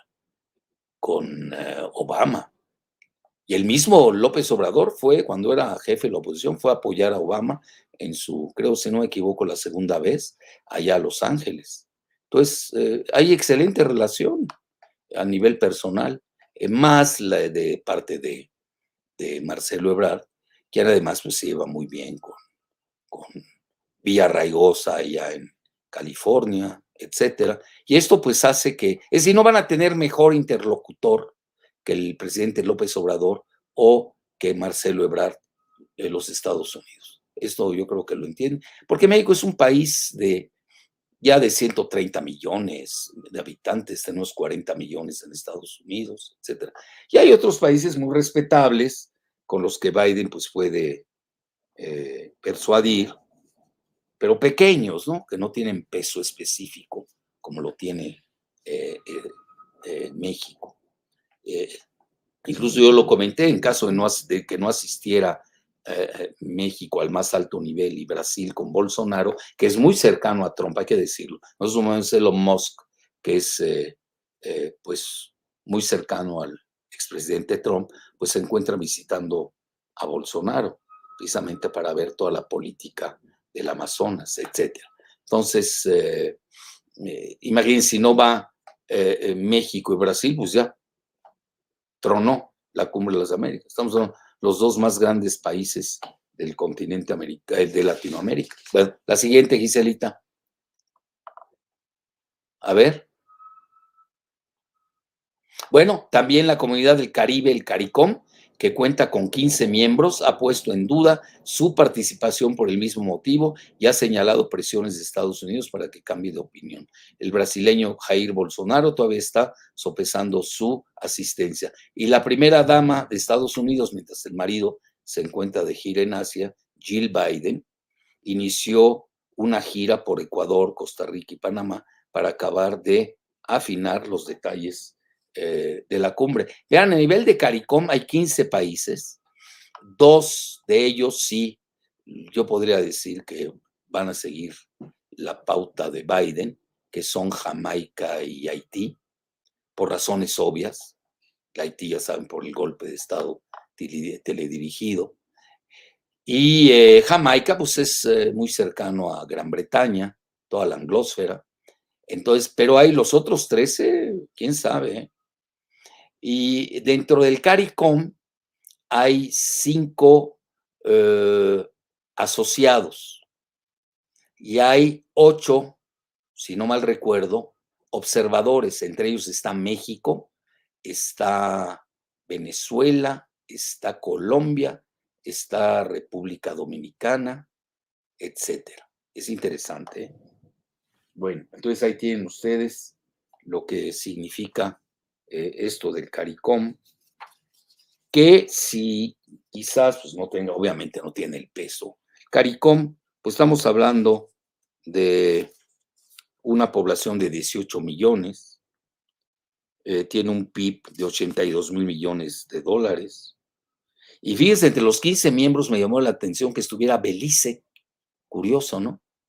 con eh, Obama. Y el mismo López Obrador fue, cuando era jefe de la oposición, fue a apoyar a Obama en su, creo si no me equivoco, la segunda vez, allá a Los Ángeles. Entonces, eh, hay excelente relación a nivel personal, eh, más la de parte de, de Marcelo Ebrard, que además pues, se lleva muy bien con, con Villarraigosa allá en California, etcétera. Y esto pues hace que, es decir, no van a tener mejor interlocutor que el presidente López Obrador o que Marcelo Ebrard de los Estados Unidos. Esto yo creo que lo entienden, porque México es un país de ya de ciento treinta millones de habitantes, tenemos cuarenta millones en Estados Unidos, etcétera. Y hay otros países muy respetables con los que Biden pues puede eh, persuadir, pero pequeños, ¿no? Que no tienen peso específico como lo tiene eh, eh, eh, México. Eh, incluso yo lo comenté, en caso de, no, de que no asistiera eh, México al más alto nivel y Brasil con Bolsonaro, que es muy cercano a Trump, hay que decirlo. No es un Elon Musk, que es eh, eh, pues muy cercano al expresidente Trump, pues se encuentra visitando a Bolsonaro, precisamente para ver toda la política del Amazonas, etcétera. Entonces, eh, eh, imagínense, si no va eh, México y Brasil, pues ya tronó la Cumbre de las Américas. Estamos en los dos más grandes países del continente americano, de Latinoamérica. Bueno, la siguiente, Giselita. A ver. Bueno, también la Comunidad del Caribe, el CARICOM, que cuenta con quince miembros, ha puesto en duda su participación por el mismo motivo y ha señalado presiones de Estados Unidos para que cambie de opinión. El brasileño Jair Bolsonaro todavía está sopesando su asistencia. Y la primera dama de Estados Unidos, mientras el marido se encuentra de gira en Asia, Jill Biden, inició una gira por Ecuador, Costa Rica y Panamá para acabar de afinar los detalles Eh, de la cumbre. Vean, a nivel de CARICOM hay quince países, dos de ellos sí, yo podría decir que van a seguir la pauta de Biden, que son Jamaica y Haití, por razones obvias. Haití, ya saben, por el golpe de Estado teledirigido. Y eh, Jamaica, pues es eh, muy cercano a Gran Bretaña, toda la anglósfera. Entonces, pero hay los otros trece, quién sabe, ¿eh? Y dentro del CARICOM hay cinco eh, asociados y hay ocho, si no mal recuerdo, observadores. Entre ellos está México, está Venezuela, está Colombia, está República Dominicana, etcétera. Es interesante, ¿eh? Bueno, entonces ahí tienen ustedes lo que significa eh, esto del CARICOM, que si quizás pues no tenga, obviamente no tiene el peso. CARICOM, pues estamos hablando de una población de dieciocho millones, eh, tiene un P I B de ochenta y dos mil millones de dólares. Y fíjense, entre los quince miembros me llamó la atención que estuviera Belice, curioso, ¿no?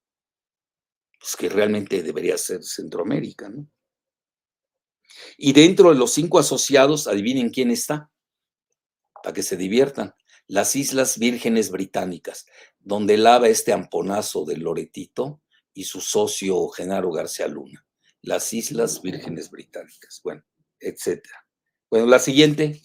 pues que realmente debería ser Centroamérica, ¿no? Y dentro de los cinco asociados, adivinen quién está, para que se diviertan, las Islas Vírgenes Británicas, donde lava este amponazo de Loretito y su socio Genaro García Luna. Las Islas Vírgenes Británicas, bueno, etcétera. Bueno, la siguiente.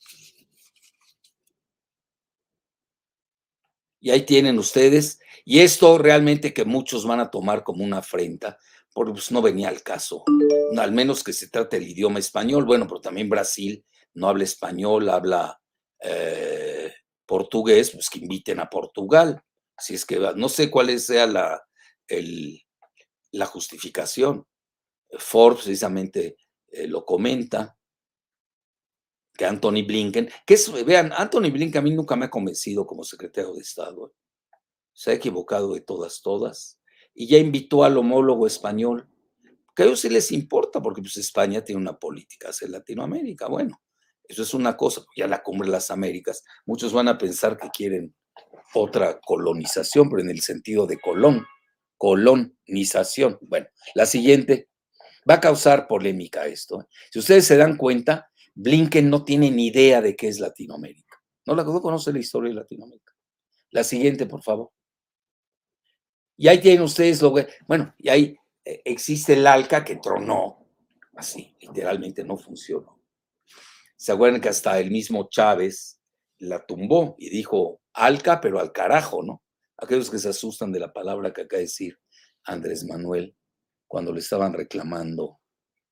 Y ahí tienen ustedes, y esto realmente que muchos van a tomar como una afrenta, porque pues no venía al caso, no, al menos que se trate el idioma español. Bueno, pero también Brasil no habla español, habla eh, portugués, pues que inviten a Portugal. Si es que no sé cuál sea la, el, la justificación. Forbes precisamente eh, lo comenta, que Anthony Blinken, que es, vean, Anthony Blinken a mí nunca me ha convencido como secretario de Estado. ¿eh? Se ha equivocado de todas, todas, y ya invitó al homólogo español, que a ellos sí les importa, porque pues España tiene una política hacia Latinoamérica. Bueno, eso es una cosa, ya la cumbre de las Américas, muchos van a pensar que quieren otra colonización, pero en el sentido de colón, colonización. Bueno, la siguiente, va a causar polémica esto. ¿eh? Si ustedes se dan cuenta, Blinken no tiene ni idea de qué es Latinoamérica. No, la, no conoce la historia de Latinoamérica. La siguiente, por favor. Y ahí tienen ustedes lo que, bueno, y ahí eh, existe el ALCA que tronó, así, literalmente no funcionó. ¿Se acuerdan que hasta el mismo Chávez la tumbó y dijo ALCA, pero al carajo, ¿no? Aquellos que se asustan de la palabra que acaba de decir Andrés Manuel cuando le estaban reclamando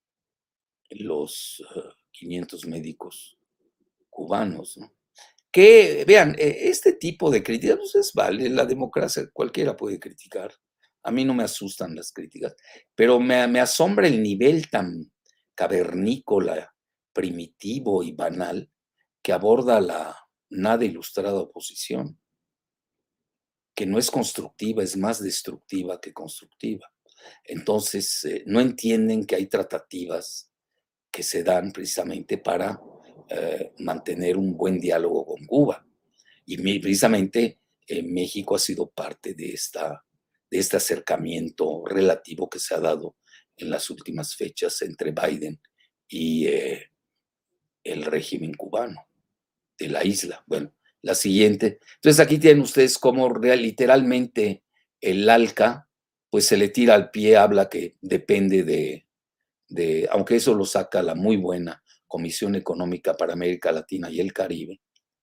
los uh, quinientos médicos cubanos, ¿no? Que, vean, eh, este tipo de críticas, pues es vale, la democracia, cualquiera puede criticar. A mí no me asustan las críticas, pero me, me asombra el nivel tan cavernícola, primitivo y banal que aborda la nada ilustrada oposición, que no es constructiva, es más destructiva que constructiva. Entonces, eh, no entienden que hay tratativas que se dan precisamente para eh, mantener un buen diálogo con Cuba. Y precisamente eh, México ha sido parte de, esta, de este acercamiento relativo que se ha dado en las últimas fechas entre Biden y eh, el régimen cubano de la isla. Bueno, la siguiente. Entonces aquí tienen ustedes cómo real, literalmente el ALCA pues se le tira al pie, habla que depende de, de, aunque eso lo saca la muy buena Comisión Económica para América Latina y el Caribe,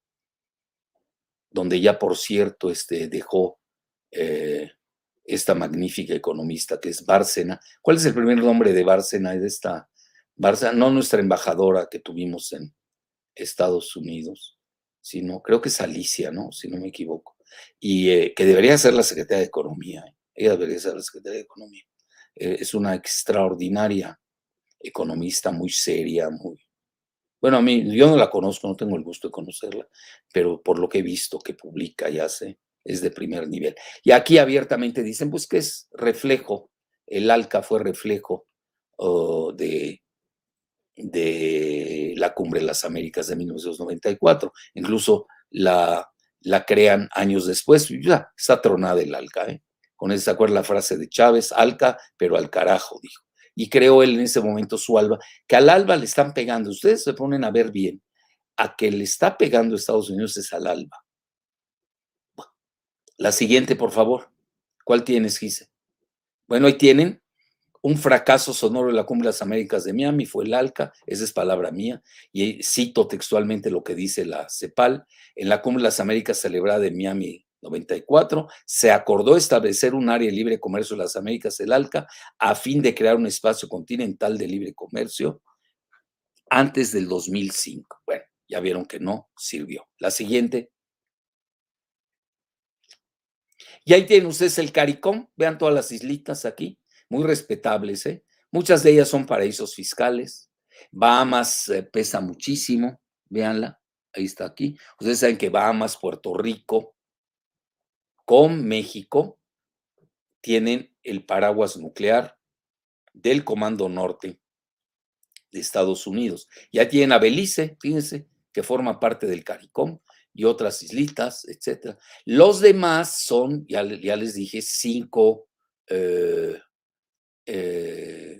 donde ya por cierto este, dejó eh, esta magnífica economista que es Bárcena. ¿Cuál es el primer nombre de Bárcena? Es esta Bárcena, no nuestra embajadora que tuvimos en Estados Unidos, sino creo que es Alicia, ¿no? Si no me equivoco. Y eh, que debería ser la secretaria de Economía. ¿eh? Ella debería ser la secretaria de Economía. Eh, es una extraordinaria economista, muy seria, muy... Bueno, a mí, yo no la conozco, no tengo el gusto de conocerla, pero por lo que he visto que publica y hace, es de primer nivel. Y aquí abiertamente dicen, pues que es reflejo, el ALCA fue reflejo uh, de, de la Cumbre de las Américas de mil novecientos noventa y cuatro. Incluso la, la crean años después, y ya está tronada el ALCA. ¿eh? Con esa, ¿se acuerda la frase de Chávez? ALCA, pero al carajo, dijo. Y creó él en ese momento su ALBA, que al ALBA le están pegando. Ustedes se ponen a ver bien, a que le está pegando Estados Unidos es al ALBA. Bueno, la siguiente, por favor. ¿Cuál tienes, Gise? Bueno, ahí tienen un fracaso sonoro de la Cumbre de las Américas de Miami, fue el ALCA, esa es palabra mía, y cito textualmente lo que dice la CEPAL. En la Cumbre de las Américas celebrada en Miami noventa y cuatro, se acordó establecer un área de libre comercio de las Américas, el ALCA, a fin de crear un espacio continental de libre comercio antes del dos mil cinco. Bueno, ya vieron que no sirvió. La siguiente. Y ahí tienen ustedes el CARICOM, vean todas las islitas aquí, muy respetables, ¿eh? Muchas de ellas son paraísos fiscales. Bahamas eh, pesa muchísimo, véanla, ahí está aquí. Ustedes saben que Bahamas, Puerto Rico, con México, tienen el paraguas nuclear del Comando Norte de Estados Unidos. Ya tienen a Belice, fíjense, que forma parte del CARICOM y otras islitas, etcétera. Los demás son, ya, ya les dije, cinco eh, eh,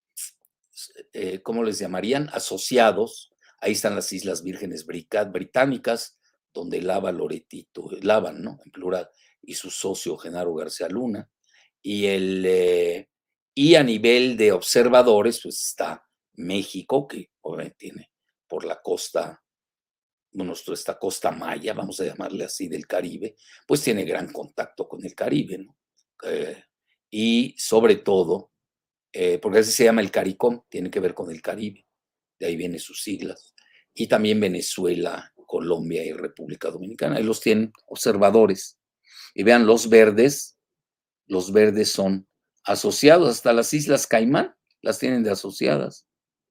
eh, ¿cómo les llamarían? Asociados. Ahí están las Islas Vírgenes Británicas, donde Lava Loretito, Lavan, ¿no? En plural, y su socio Genaro García Luna. Y, el, eh, y a nivel de observadores, pues está México, que obviamente tiene por la costa, bueno, esta costa maya, vamos a llamarle así, del Caribe, pues tiene gran contacto con el Caribe, ¿no? Eh, y sobre todo, eh, porque así se llama el CARICOM, tiene que ver con el Caribe, de ahí vienen sus siglas, y también Venezuela, Colombia y República Dominicana, ahí los tienen observadores. Y vean, los verdes, los verdes son asociados, hasta las Islas Caimán las tienen de asociadas.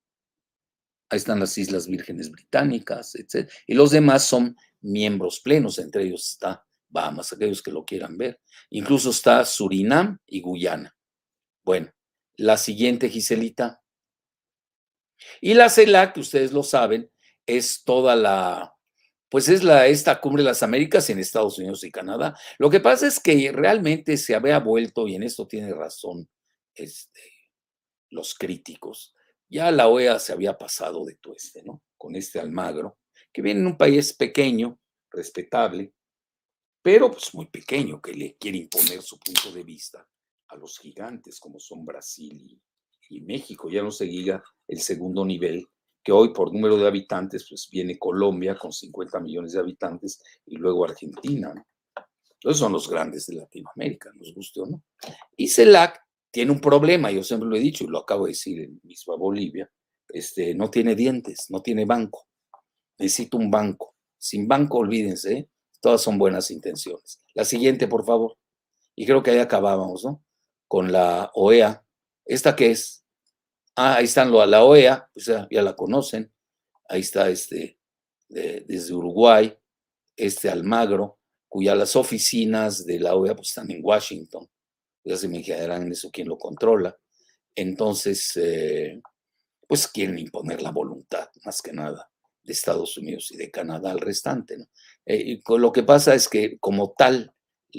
Ahí están las Islas Vírgenes Británicas, etcétera. Y los demás son miembros plenos, entre ellos está Bahamas, aquellos que lo quieran ver. Incluso está Surinam y Guyana. Bueno, la siguiente, Giselita. Y la CELAC, que ustedes lo saben, es toda la, pues es la, esta cumbre de las Américas en Estados Unidos y Canadá. Lo que pasa es que realmente se había vuelto, y en esto tiene razón este, los críticos, ya la O E A se había pasado de tueste, ¿no? Con este Almagro, que viene en un país pequeño, respetable, pero pues muy pequeño, que le quiere imponer su punto de vista a los gigantes como son Brasil y, y México. Ya no se diga el segundo nivel, que hoy por número de habitantes, pues viene Colombia con cincuenta millones de habitantes y luego Argentina, ¿no? Esos son los grandes de Latinoamérica, nos guste o no. Y CELAC tiene un problema, yo siempre lo he dicho y lo acabo de decir en misma Bolivia, este, no tiene dientes, no tiene banco. Necesito un banco. Sin banco, olvídense, ¿eh? Todas son buenas intenciones. La siguiente, por favor. Y creo que ahí acabábamos, ¿no? Con la O E A. ¿Esta qué es? Ah, ahí están lo, la O E A, pues ya, ya la conocen. Ahí está este, de, desde Uruguay, este Almagro, cuyas las oficinas de la O E A pues, están en Washington. Ya se me quedarán eso quién lo controla. Entonces, eh, pues quieren imponer la voluntad, más que nada, de Estados Unidos y de Canadá al restante, ¿no? Eh, lo que pasa es que como tal,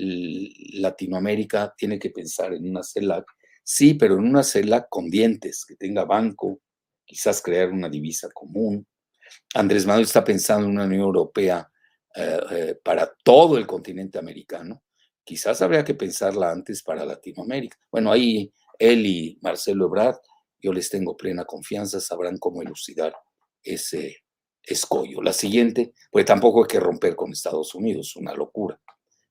Latinoamérica tiene que pensar en una CELAC, sí, pero en una CELAC con dientes, que tenga banco, quizás crear una divisa común. Andrés Manuel está pensando en una Unión Europea eh, eh, para todo el continente americano. Quizás habría que pensarla antes para Latinoamérica. Bueno, ahí él y Marcelo Ebrard, yo les tengo plena confianza, sabrán cómo elucidar ese escollo. La siguiente, pues tampoco hay que romper con Estados Unidos, una locura.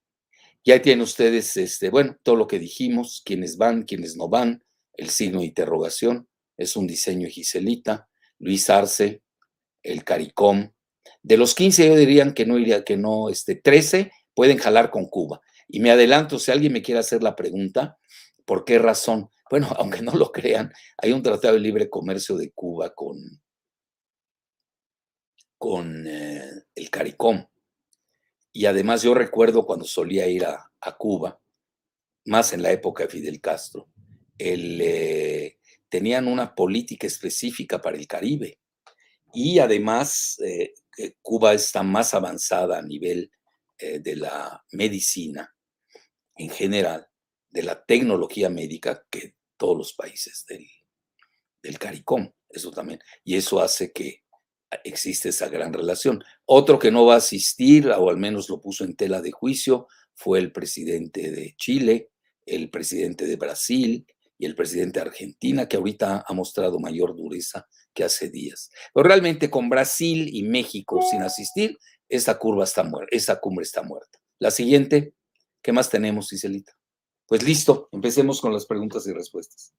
Ya tienen ustedes, este, bueno, todo lo que dijimos, quiénes van, quiénes no van, el signo de interrogación, es un diseño de Giselita, Luis Arce, el CARICOM. De los quince yo dirían que no iría, que no, este, trece pueden jalar con Cuba. Y me adelanto, si alguien me quiere hacer la pregunta, ¿por qué razón? Bueno, aunque no lo crean, hay un tratado de libre comercio de Cuba con, con eh, el CARICOM. Y además yo recuerdo cuando solía ir a, a Cuba, más en la época de Fidel Castro, el, eh, tenían una política específica para el Caribe. Y además, eh, Cuba está más avanzada a nivel eh, de la medicina en general, de la tecnología médica, que todos los países del, del CARICOM. Eso también. Y eso hace que existe esa gran relación. Otro que no va a asistir, o al menos lo puso en tela de juicio, fue el presidente de Chile, el presidente de Brasil y el presidente de Argentina, que ahorita ha mostrado mayor dureza que hace días. Pero realmente con Brasil y México sin asistir, esta curva está muerta, esta cumbre está muerta. La siguiente, ¿qué más tenemos, Giselita? Pues listo, empecemos con las preguntas y respuestas.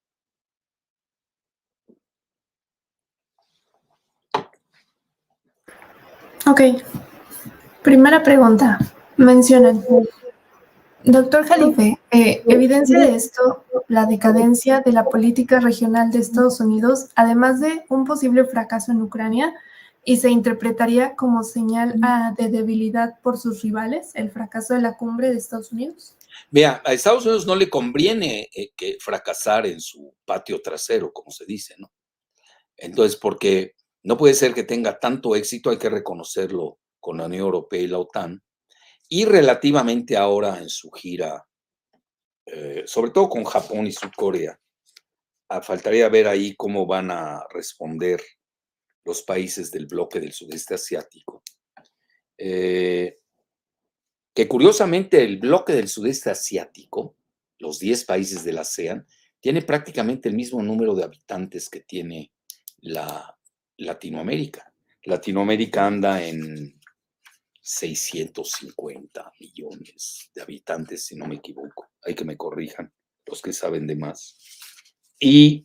Ok. Primera pregunta. Mencionan, doctor Jalife, eh, evidencia de esto la decadencia de la política regional de Estados Unidos, además de un posible fracaso en Ucrania, y se interpretaría como señal uh, de debilidad por sus rivales, el fracaso de la cumbre de Estados Unidos. Vea, a Estados Unidos no le conviene eh, que fracasar en su patio trasero, como se dice, ¿no? Entonces, porque no puede ser que tenga tanto éxito, hay que reconocerlo con la Unión Europea y la OTAN, y relativamente ahora en su gira, eh, sobre todo con Japón y Sudcorea, faltaría ver ahí cómo van a responder los países del bloque del sudeste asiático. Eh, que curiosamente el bloque del sudeste asiático, los diez países de la ASEAN, tiene prácticamente el mismo número de habitantes que tiene la Latinoamérica. Latinoamérica anda en seiscientos cincuenta millones de habitantes, si no me equivoco. Hay que me corrijan los que saben de más. Y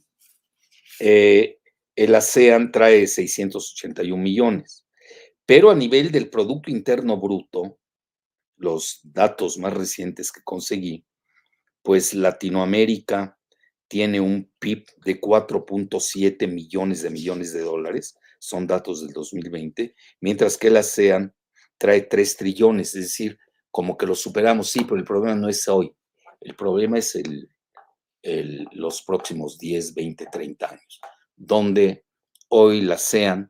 eh, el ASEAN trae seiscientos ochenta y un millones. Pero a nivel del Producto Interno Bruto, los datos más recientes que conseguí, pues Latinoamérica tiene un P I B de cuatro punto siete millones de millones de dólares, son datos del dos mil veinte, mientras que el ASEAN trae tres trillones, es decir, como que lo superamos, sí, pero el problema no es hoy, el problema es el, el, los próximos diez, veinte, treinta años, donde hoy la ASEAN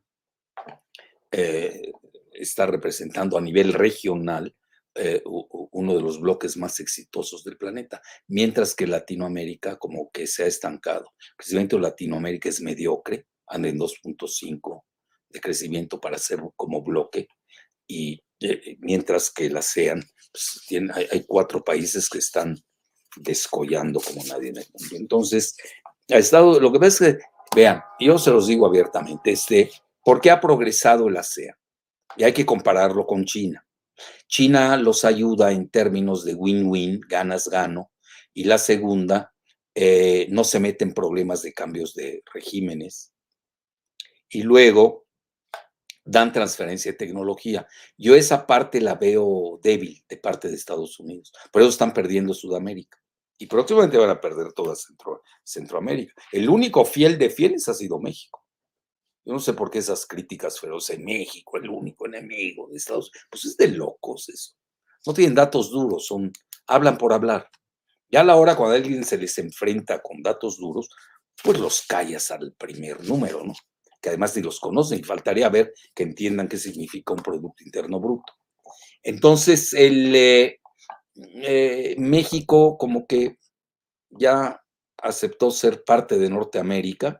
eh, está representando a nivel regional eh, uno de los bloques más exitosos del planeta, mientras que Latinoamérica como que se ha estancado. El crecimiento de Latinoamérica es mediocre, anda en dos punto cinco de crecimiento para ser como bloque, y eh, mientras que la ASEAN, pues, tiene, hay, hay cuatro países que están descollando como nadie en el mundo. Entonces, ha estado, lo que pasa es que, vean, yo se los digo abiertamente, este, ¿por qué ha progresado la ASEAN? Y hay que compararlo con China. China los ayuda en términos de win-win, ganas-gano, y la segunda, eh, no se mete en problemas de cambios de regímenes. Y luego dan transferencia de tecnología. Yo esa parte la veo débil de parte de Estados Unidos. Por eso están perdiendo Sudamérica. Y próximamente van a perder toda Centro, Centroamérica. El único fiel de fieles ha sido México. Yo no sé por qué esas críticas feroces. México, el único enemigo de Estados Unidos. Pues es de locos eso. No tienen datos duros, son, hablan por hablar. Ya a la hora cuando alguien se les enfrenta con datos duros, pues los callas al primer número, ¿no? Que además ni los conocen, y faltaría ver que entiendan qué significa un Producto Interno Bruto. Entonces, el, eh, eh, México como que ya aceptó ser parte de Norteamérica,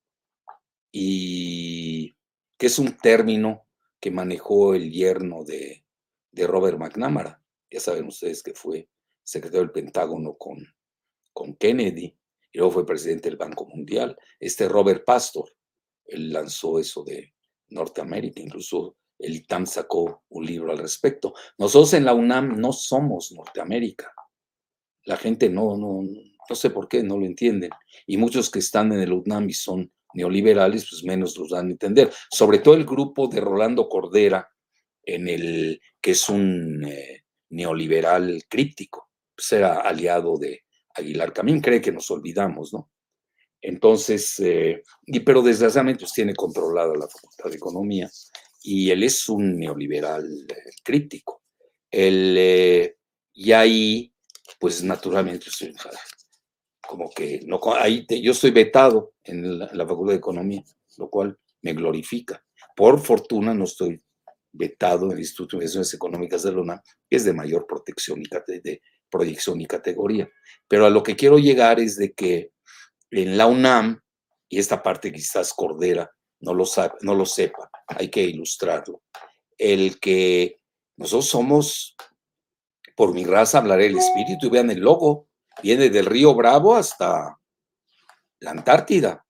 y que es un término que manejó el yerno de, de Robert McNamara. Ya saben ustedes que fue secretario del Pentágono con, con Kennedy, y luego fue presidente del Banco Mundial. Este Robert Pastor, él lanzó eso de Norteamérica, incluso el I T A M sacó un libro al respecto. Nosotros en la UNAM no somos Norteamérica. La gente no, no, no sé por qué, no lo entienden. Y muchos que están en el UNAM y son neoliberales, pues menos los dan a entender. Sobre todo el grupo de Rolando Cordera, en el, que es un eh, neoliberal críptico, pues era aliado de Aguilar Camín, cree que nos olvidamos, ¿no? Entonces, eh, y, pero desgraciadamente pues, tiene controlada la Facultad de Economía, y él es un neoliberal eh, críptico. Él, eh, y ahí, pues naturalmente, pues, como que no, ahí te, yo estoy vetado en la, la Facultad de Economía, lo cual me glorifica. Por fortuna no estoy vetado en el Instituto de Investigaciones Económicas de la UNAM, que es de mayor protección y de proyección y categoría. Pero a lo que quiero llegar es de que en la UNAM, y esta parte quizás Cordera no lo, sabe, no lo sepa, hay que ilustrarlo, el que nosotros somos, por mi raza hablaré el espíritu, y vean el logo, viene del río Bravo hasta la Antártida.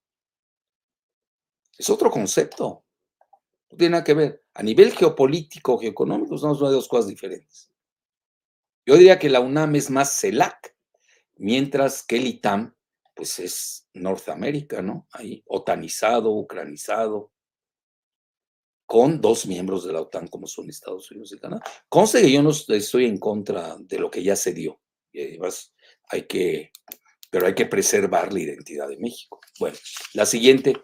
Es otro concepto, no tiene nada que ver. A nivel geopolítico, geoeconómico, estamos hablando de dos cosas diferentes. Yo diría que la UNAM es más CELAC, mientras que el I T A M pues es Norteamérica, ¿no? Ahí, otanizado, ucranizado, con dos miembros de la OTAN como son Estados Unidos y Canadá. Conste que yo no estoy en contra de lo que ya se dio, y además hay que, pero hay que preservar la identidad de México. Bueno, la siguiente.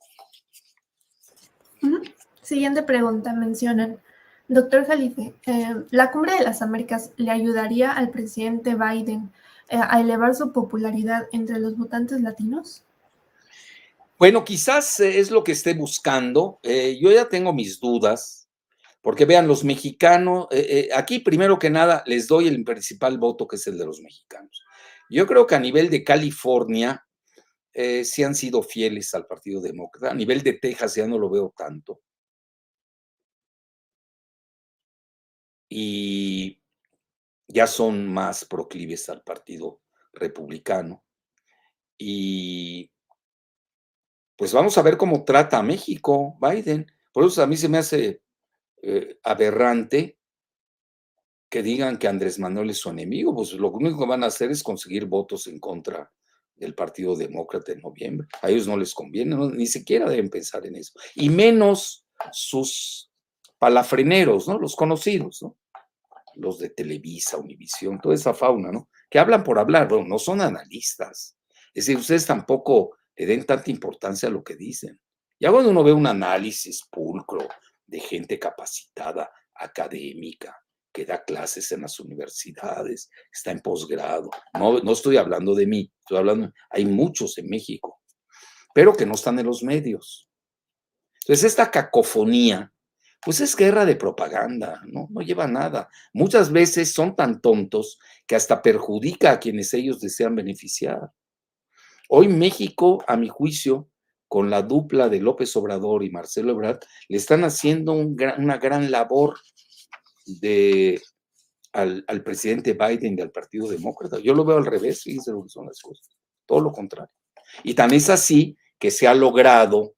Uh-huh. Siguiente pregunta, mencionan. Doctor Jalife, eh, ¿la Cumbre de las Américas le ayudaría al presidente Biden eh, a elevar su popularidad entre los votantes latinos? Bueno, quizás es lo que esté buscando. Eh, yo ya tengo mis dudas, porque vean, los mexicanos, eh, eh, aquí primero que nada les doy el principal voto, que es el de los mexicanos. Yo creo que a nivel de California, eh, sí han sido fieles al Partido Demócrata. A nivel de Texas ya no lo veo tanto. Y ya son más proclives al Partido Republicano. Y pues vamos a ver cómo trata a México Biden. Por eso a mí se me hace eh, aberrante que digan que Andrés Manuel es su enemigo, pues lo único que van a hacer es conseguir votos en contra del Partido Demócrata en noviembre. A ellos no les conviene, no, ni siquiera deben pensar en eso. Y menos sus palafreneros, ¿no? Los conocidos, ¿no? Los de Televisa, Univisión, toda esa fauna, ¿no? Que hablan por hablar, bueno, no son analistas. Es decir, ustedes tampoco le den tanta importancia a lo que dicen. Ya cuando uno ve un análisis pulcro de gente capacitada, académica, que da clases en las universidades, está en posgrado. No, no estoy hablando de mí, estoy hablando, hay muchos en México, pero que no están en los medios. Entonces, esta cacofonía, pues es guerra de propaganda, ¿no? No lleva a nada. Muchas veces son tan tontos que hasta perjudica a quienes ellos desean beneficiar. Hoy México, a mi juicio, con la dupla de López Obrador y Marcelo Ebrard, le están haciendo un gran, una gran labor de, al, al presidente Biden y al Partido Demócrata. Yo lo veo al revés, fíjense lo que son las cosas. Todo lo contrario. Y tan es así que se ha logrado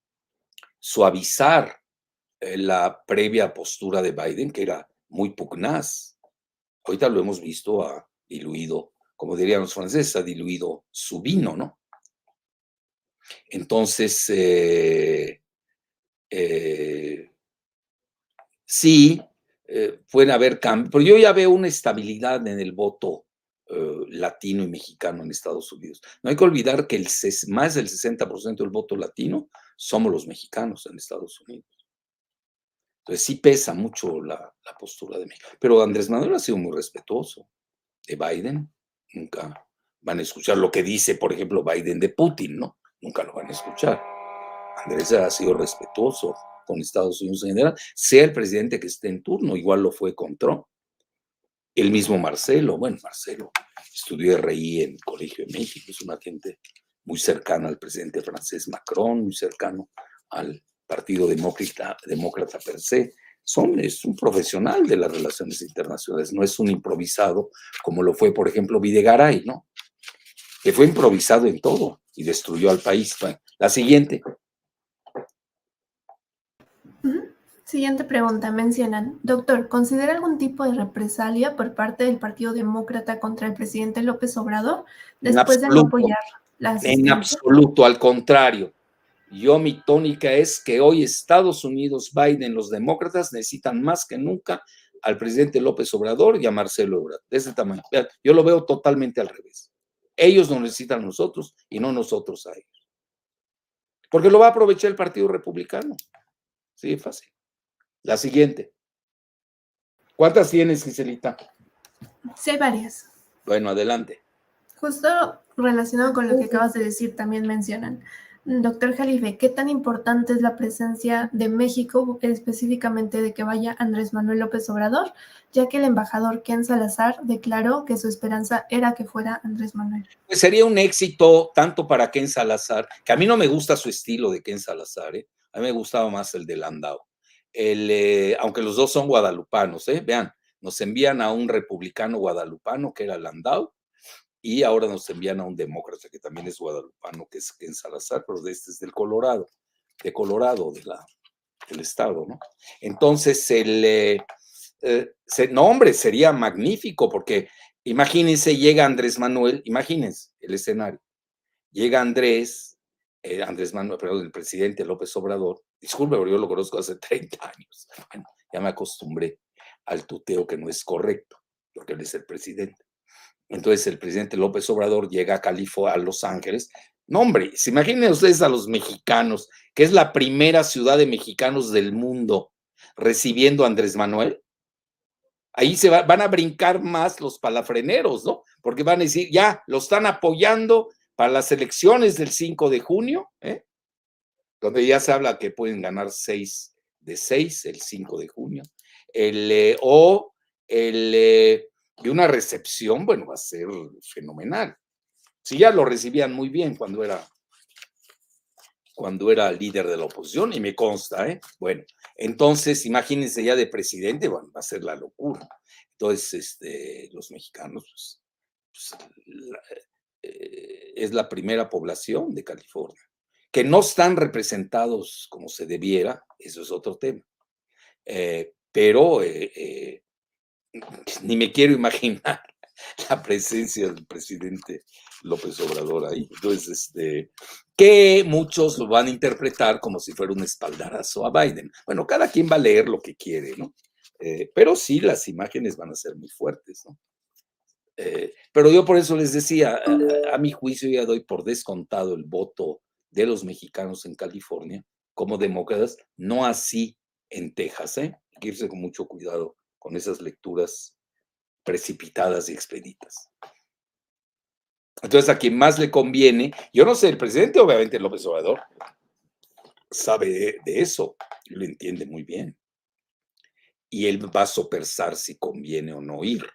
suavizar eh, la previa postura de Biden, que era muy pugnaz. Ahorita lo hemos visto, ha diluido, como dirían los franceses, ha diluido su vino, ¿no? Entonces, eh, eh, sí, eh, pueden haber cambios, pero yo ya veo una estabilidad en el voto eh, latino y mexicano en Estados Unidos. No hay que olvidar que el, más del sesenta por ciento del voto latino somos los mexicanos en Estados Unidos. Entonces sí pesa mucho la, la postura de México. Pero Andrés Manuel ha sido muy respetuoso de Biden. Nunca van a escuchar lo que dice, por ejemplo, Biden de Putin, ¿no? Nunca lo van a escuchar. Andrés ha sido respetuoso con Estados Unidos en general, sea el presidente que esté en turno, igual lo fue con Trump. El mismo Marcelo, bueno, Marcelo estudió R I en el Colegio de México, es una gente muy cercana al presidente francés Macron, muy cercano al Partido Demócrata, demócrata per se. Son, es un profesional de las relaciones internacionales, no es un improvisado como lo fue, por ejemplo, Videgaray, ¿no? Que fue improvisado en todo y destruyó al país. Bueno, la siguiente. Siguiente pregunta. Mencionan, doctor, ¿considera algún tipo de represalia por parte del Partido Demócrata contra el presidente López Obrador después de no apoyar la asistencia? En absoluto, al contrario. Yo, mi tónica es que hoy Estados Unidos, Biden, los demócratas necesitan más que nunca al presidente López Obrador y a Marcelo Ebrard, de ese tamaño. Yo lo veo totalmente al revés. Ellos nos necesitan a nosotros y no nosotros a ellos. Porque lo va a aprovechar el Partido Republicano. Sí, fácil. La siguiente. ¿Cuántas tienes, Giselita? Sí, hay varias. Bueno, adelante. Justo relacionado con lo que acabas de decir, también mencionan, doctor Jalife, ¿qué tan importante es la presencia de México, específicamente de que vaya Andrés Manuel López Obrador, ya que el embajador Ken Salazar declaró que su esperanza era que fuera Andrés Manuel? Pues sería un éxito tanto para Ken Salazar, que a mí no me gusta su estilo de Ken Salazar, ¿eh? A mí me gustaba más el de Landau. El, eh, aunque los dos son guadalupanos, ¿eh? Vean, nos envían a un republicano guadalupano, que era Landau, y ahora nos envían a un demócrata, que también es guadalupano, que es Ken Salazar, pero de este es del Colorado, de Colorado, de la, del estado, ¿no? Entonces, el, eh, eh, se, no, hombre, sería magnífico, porque imagínense, llega Andrés Manuel, imagínense el escenario, llega Andrés, eh, Andrés Manuel, perdón, el presidente López Obrador, disculpe, pero yo lo conozco hace treinta años, bueno, ya me acostumbré al tuteo que no es correcto, porque él es el presidente. Entonces el presidente López Obrador llega a California, a Los Ángeles. No, hombre, se imaginen ustedes a los mexicanos, que es la primera ciudad de mexicanos del mundo recibiendo a Andrés Manuel. Ahí se va, van a brincar más los palafreneros, ¿no? Porque van a decir, ya, lo están apoyando para las elecciones del cinco de junio, ¿eh? Donde ya se habla que pueden ganar seis de seis el cinco de junio. El, eh, o el... Eh, y una recepción, bueno, va a ser fenomenal. Sí, ya lo recibían muy bien cuando era, cuando era líder de la oposición, y me consta, ¿eh? Bueno, entonces, imagínense ya de presidente, bueno, va a ser la locura. Entonces, este, los mexicanos, pues, pues, la- eh, es la primera población de California. Que no están representados como se debiera, eso es otro tema. Eh, pero eh, eh, ni me quiero imaginar la presencia del presidente López Obrador ahí. Entonces, este, que muchos lo van a interpretar como si fuera un espaldarazo a Biden. Bueno, cada quien va a leer lo que quiere, ¿no? Eh, pero sí, las imágenes van a ser muy fuertes, ¿no? Eh, pero yo por eso les decía, a, a mi juicio ya doy por descontado el voto de los mexicanos en California como demócratas, no así en Texas, ¿eh? Hay que irse con mucho cuidado con esas lecturas precipitadas y expeditas. Entonces, a quien más le conviene, yo no sé, el presidente, obviamente López Obrador, sabe de, de eso, y lo entiende muy bien. Y él va a sopesar si conviene o no ir.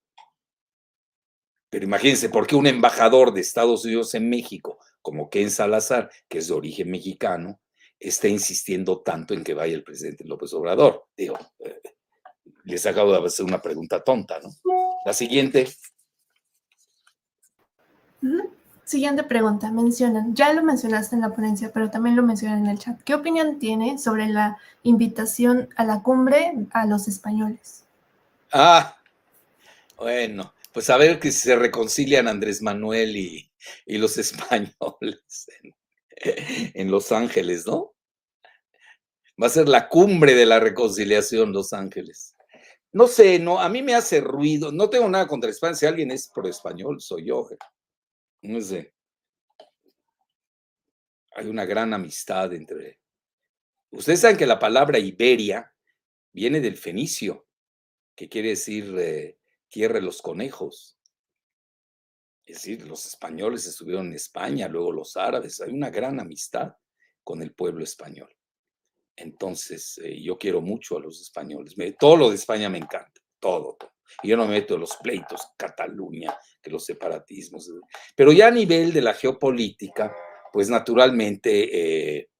Pero imagínense, ¿por qué un embajador de Estados Unidos en México, como Ken Salazar, que es de origen mexicano, está insistiendo tanto en que vaya el presidente López Obrador? Digo, eh, les acabo de hacer una pregunta tonta, ¿no? La siguiente. Ujú. Siguiente pregunta. Mencionan, ya lo mencionaste en la ponencia, pero también lo mencionan en el chat. ¿Qué opinión tiene sobre la invitación a la cumbre a los españoles? Ah, bueno, pues a ver que se reconcilian Andrés Manuel y, y los españoles en, en Los Ángeles, ¿no? Va a ser la cumbre de la reconciliación, Los Ángeles. No sé, no, a mí me hace ruido. No tengo nada contra España. Si alguien es pro español, soy yo. eh. No sé. Hay una gran amistad entre. Ustedes saben que la palabra Iberia viene del fenicio, que quiere decir eh, tierra de los conejos. Es decir, los españoles estuvieron en España, luego los árabes. Hay una gran amistad con el pueblo español. Entonces, eh, yo quiero mucho a los españoles. Me, todo lo de España me encanta, todo, todo. Y yo no me meto en los pleitos, Cataluña, que los separatismos. Pero ya a nivel de la geopolítica, pues naturalmente, eh,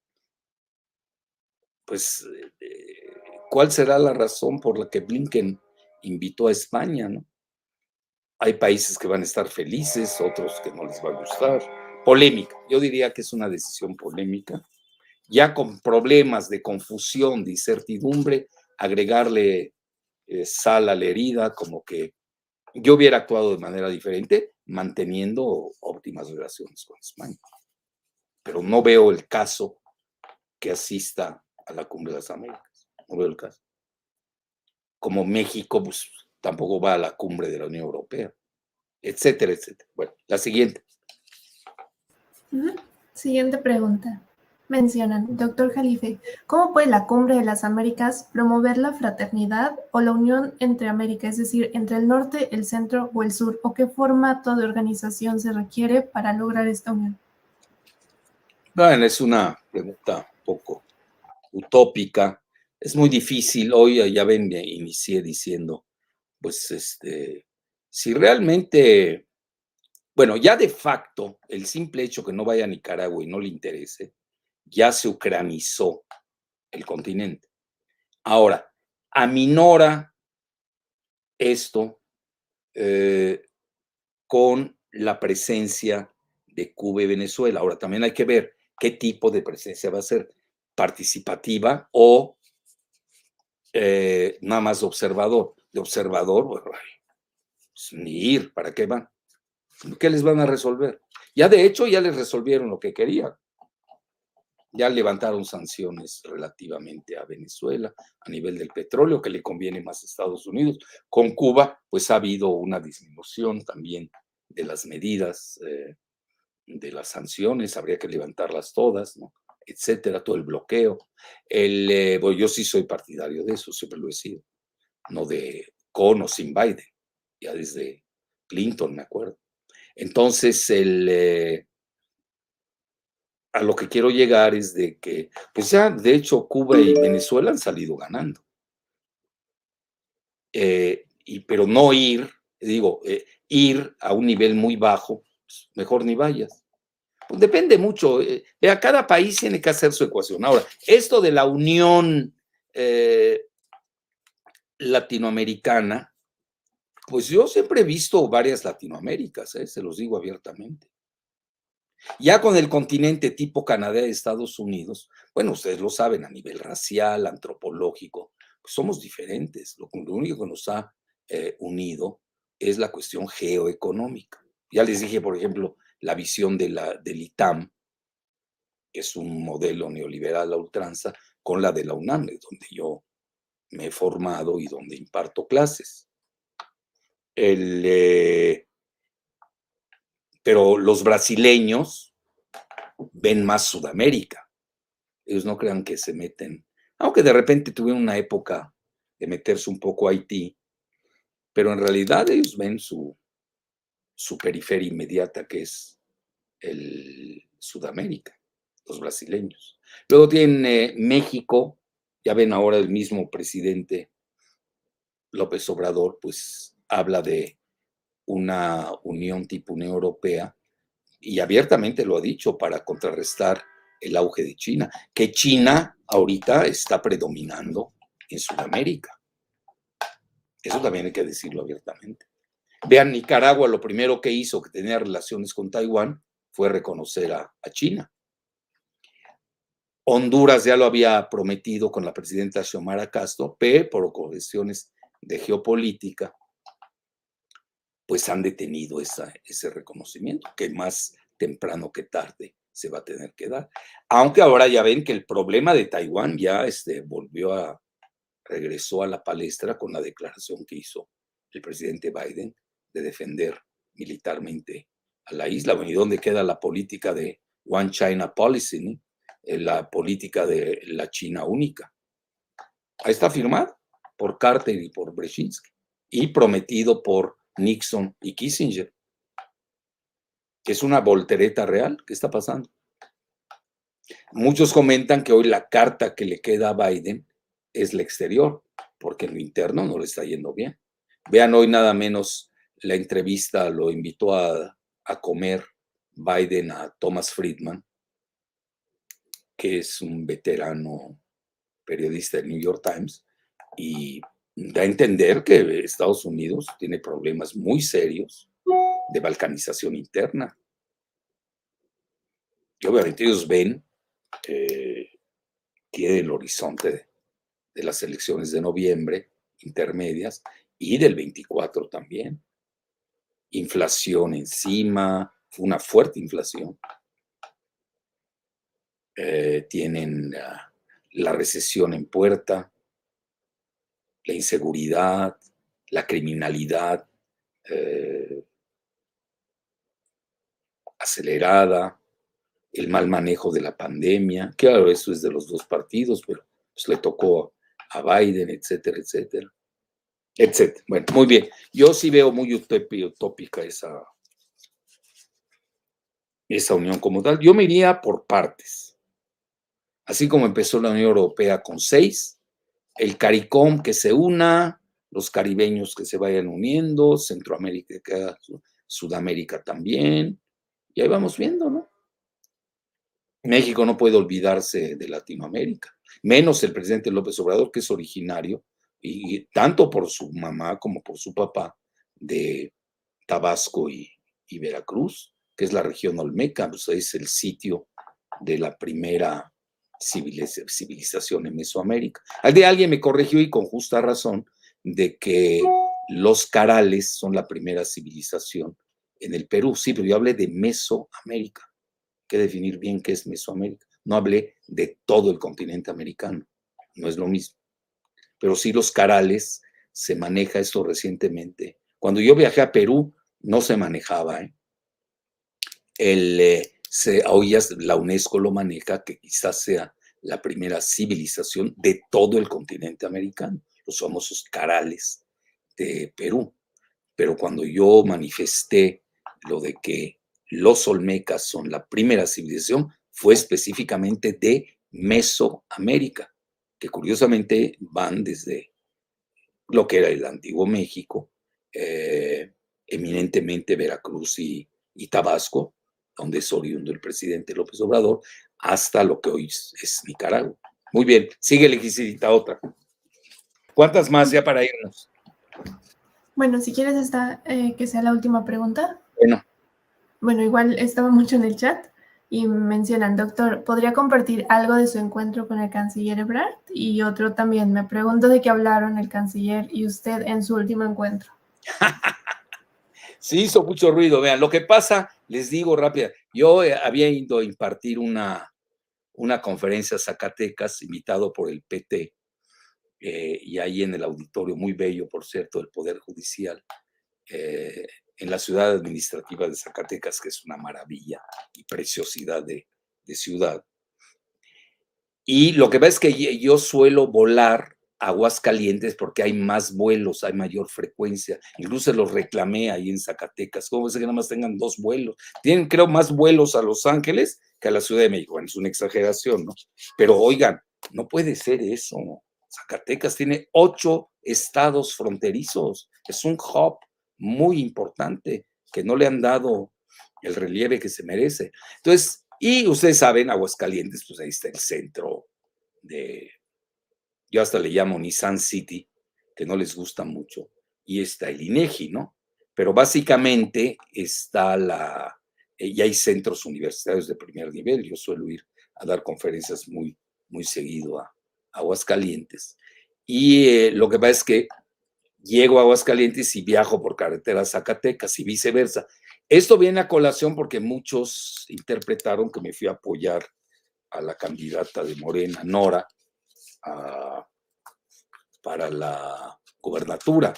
pues, eh, ¿cuál será la razón por la que Blinken invitó a España, no? Hay países que van a estar felices, otros que no les va a gustar. Polémica, yo diría que es una decisión polémica. Ya con problemas de confusión, de incertidumbre, agregarle eh, sal a la herida, como que yo hubiera actuado de manera diferente, manteniendo óptimas relaciones con España. Pero no veo el caso que asista a la Cumbre de las Américas. No veo el caso. Como México, pues tampoco va a la Cumbre de la Unión Europea, etcétera, etcétera. Bueno, la siguiente. Ujú. Siguiente pregunta. Mencionan, doctor Jalife, ¿cómo puede la Cumbre de las Américas promover la fraternidad o la unión entre América, es decir, entre el norte, el centro o el sur? ¿O qué formato de organización se requiere para lograr esta unión? Bueno, es una pregunta un poco utópica. Es muy difícil. Hoy, ya ven, me inicié diciendo, pues, este, si realmente, bueno, ya de facto, el simple hecho que no vaya a Nicaragua y no le interese, ya se ucranizó el continente. Ahora, aminora esto eh, con la presencia de Cuba y Venezuela. Ahora, también hay que ver qué tipo de presencia va a ser, participativa o eh, nada más observador. De observador, bueno, pues, ni ir, ¿para qué van? ¿Qué les van a resolver? Ya de hecho, ya les resolvieron lo que querían. Ya levantaron sanciones relativamente a Venezuela a nivel del petróleo, que le conviene más a Estados Unidos. Con Cuba, pues ha habido una disminución también de las medidas, eh, de las sanciones, habría que levantarlas todas, ¿no? Etcétera, todo el bloqueo. El, eh, bueno, yo sí soy partidario de eso, siempre lo he sido, no de con o sin Biden, ya desde Clinton, me acuerdo. Entonces, el, eh, a lo que quiero llegar es de que, pues ya, de hecho, Cuba y Venezuela han salido ganando. Eh, y, pero no ir, digo, eh, ir a un nivel muy bajo pues mejor ni vayas. Pues depende mucho. Eh, cada país tiene que hacer su ecuación. Ahora, esto de la unión eh, latinoamericana, pues yo siempre he visto varias Latinoaméricas, ¿eh? Se los digo abiertamente. Ya con el continente tipo Canadá y Estados Unidos, bueno, ustedes lo saben, a nivel racial, antropológico, pues somos diferentes. Lo, lo único que nos ha eh, unido es la cuestión geoeconómica. Ya les dije, por ejemplo, la visión de la, del I T A M, que es un modelo neoliberal a ultranza, con la de la UNAM, donde yo me he formado y donde imparto clases. El, eh, pero los brasileños ven más Sudamérica. Ellos no crean que se meten, aunque de repente tuvieron una época de meterse un poco a Haití, pero en realidad ellos ven su, su periferia inmediata, que es el Sudamérica, los brasileños. Luego tienen eh, México, ya ven ahora el mismo presidente López Obrador, pues habla de una unión tipo Unión Europea y abiertamente lo ha dicho para contrarrestar el auge de China, que China ahorita está predominando en Sudamérica. Eso también hay que decirlo abiertamente. Vean, Nicaragua lo primero que hizo, que tenía relaciones con Taiwán, fue reconocer a, a China. Honduras ya lo había prometido con la presidenta Xiomara Castro, pero por cuestiones de geopolítica, pues han detenido esa, ese reconocimiento, que más temprano que tarde se va a tener que dar. Aunque ahora ya ven que el problema de Taiwán ya este, volvió a, regresó a la palestra con la declaración que hizo el presidente Biden de defender militarmente a la isla. Bueno, ¿y dónde queda la política de One China Policy, ¿no? La política de la China única? Ahí está firmado por Carter y por Brzezinski y prometido por Nixon y Kissinger. Es una voltereta real. ¿Qué está pasando? Muchos comentan que hoy la carta que le queda a Biden es la exterior, porque en lo interno no le está yendo bien. Vean hoy nada menos la entrevista, lo invitó a, a comer Biden a Thomas Friedman, que es un veterano periodista del New York Times, y da a entender que Estados Unidos tiene problemas muy serios de balcanización interna. Y obviamente ellos ven eh, que el horizonte de, de las elecciones de noviembre, intermedias, y del veinticuatro también. Inflación encima, fue una fuerte inflación. Eh, tienen uh, la recesión en puerta, la inseguridad, la criminalidad eh, acelerada, el mal manejo de la pandemia. Claro, eso es de los dos partidos, pero pues le tocó a Biden, etcétera, etcétera, etcétera. Bueno, muy bien. Yo sí veo muy utópica esa, esa unión como tal. Yo me iría por partes. Así como empezó la Unión Europea con seis, el CARICOM que se una, los caribeños que se vayan uniendo, Centroamérica, Sudamérica también, y ahí vamos viendo, ¿no? México no puede olvidarse de Latinoamérica, menos el presidente López Obrador, que es originario, y tanto por su mamá como por su papá, de Tabasco y, y Veracruz, que es la región olmeca, pues es el sitio de la primera civilización en Mesoamérica. Al día alguien me corrigió y con justa razón de que los carales son la primera civilización en el Perú. Sí, pero yo hablé de Mesoamérica. Hay que definir bien qué es Mesoamérica. No hablé de todo el continente americano. No es lo mismo. Pero sí los carales, se maneja esto recientemente. Cuando yo viajé a Perú, no se manejaba, ¿eh? El... Eh, Se, hoy ya la UNESCO lo maneja, que quizás sea la primera civilización de todo el continente americano, los famosos carales de Perú. Pero cuando yo manifesté lo de que los olmecas son la primera civilización, fue específicamente de Mesoamérica, que curiosamente van desde lo que era el antiguo México, eh, eminentemente Veracruz y, y Tabasco, donde es oriundo el presidente López Obrador, hasta lo que hoy es, es Nicaragua. Muy bien, sigue Igisilita otra. ¿Cuántas más ya para irnos? Bueno, si quieres esta, eh, que sea la última pregunta. Bueno. Bueno, igual estaba mucho en el chat y mencionan, doctor, ¿podría compartir algo de su encuentro con el canciller Ebrard? Y otro también, me pregunto de qué hablaron el canciller y usted en su último encuentro. Sí, hizo mucho ruido. Vean, lo que pasa, les digo rápido, yo había ido a impartir una, una conferencia a Zacatecas, invitado por el P T, eh, y ahí en el auditorio, muy bello, por cierto, del Poder Judicial, eh, en la ciudad administrativa de Zacatecas, que es una maravilla y preciosidad de, de ciudad. Y lo que pasa es que yo suelo volar a Aguascalientes porque hay más vuelos, hay mayor frecuencia. Incluso los reclamé ahí en Zacatecas. ¿Cómo es que nada más tengan dos vuelos? Tienen, creo, más vuelos a Los Ángeles que a la Ciudad de México. Bueno, es una exageración, ¿no? Pero oigan, no puede ser eso. Zacatecas tiene ocho estados fronterizos. Es un hub muy importante que no le han dado el relieve que se merece. Entonces, y ustedes saben, Aguascalientes, pues ahí está el centro de, yo hasta le llamo Nissan City, que no les gusta mucho, y está el INEGI, ¿no? Pero básicamente está la, y hay centros universitarios de primer nivel. Yo suelo ir a dar conferencias muy, muy seguido a Aguascalientes. Y eh, lo que pasa es que llego a Aguascalientes y viajo por carretera a Zacatecas y viceversa. Esto viene a colación porque muchos interpretaron que me fui a apoyar a la candidata de Morena, Nora, a, para la gobernatura.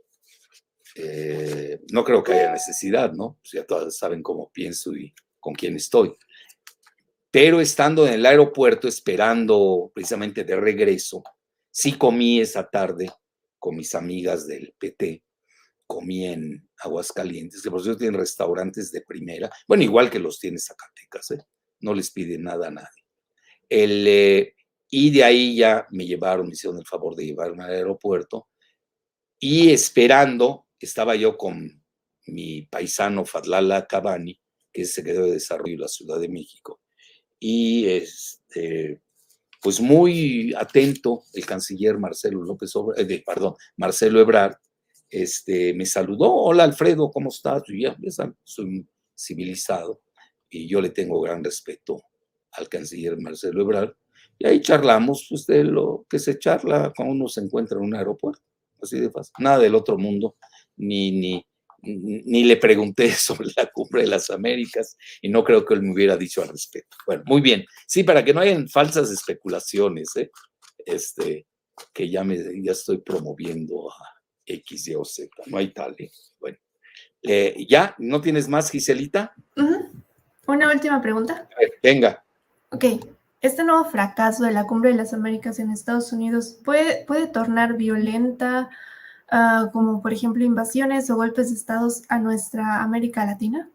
Eh, no creo que haya necesidad, ¿no? Pues ya todas saben cómo pienso y con quién estoy. Pero estando en el aeropuerto, esperando precisamente de regreso, sí comí esa tarde con mis amigas del P T, comí en Aguascalientes, que por cierto tienen restaurantes de primera, bueno, igual que los tiene Zacatecas, ¿eh? No les piden nada a nadie. El, eh, y de ahí ya me llevaron, me hicieron el favor de llevarme al aeropuerto, y esperando, estaba yo con mi paisano Fadlala Cabani, que es secretario de Desarrollo de la Ciudad de México, y este, pues muy atento el canciller Marcelo López Obrador, eh, perdón, Marcelo Ebrard, este, me saludó, hola Alfredo, ¿cómo estás? Yo ya, ya soy civilizado y yo le tengo gran respeto al canciller Marcelo Ebrard, y ahí charlamos pues, de lo que se charla cuando uno se encuentra en un aeropuerto, así de fácil, nada del otro mundo, ni, ni, ni le pregunté sobre la Cumbre de las Américas y no creo que él me hubiera dicho al respecto. Bueno, muy bien, sí, para que no hayan falsas especulaciones, ¿eh? este, que ya, me, ya estoy promoviendo a X, Y o Z, no hay tal, ¿eh? Bueno, eh, ¿ya? ¿No tienes más, Giselita? Uh-huh. Una última pregunta. A ver, venga. Ok, este nuevo fracaso de la Cumbre de las Américas en Estados Unidos puede, puede tornar violenta, uh, como por ejemplo invasiones o golpes de estados a nuestra América Latina.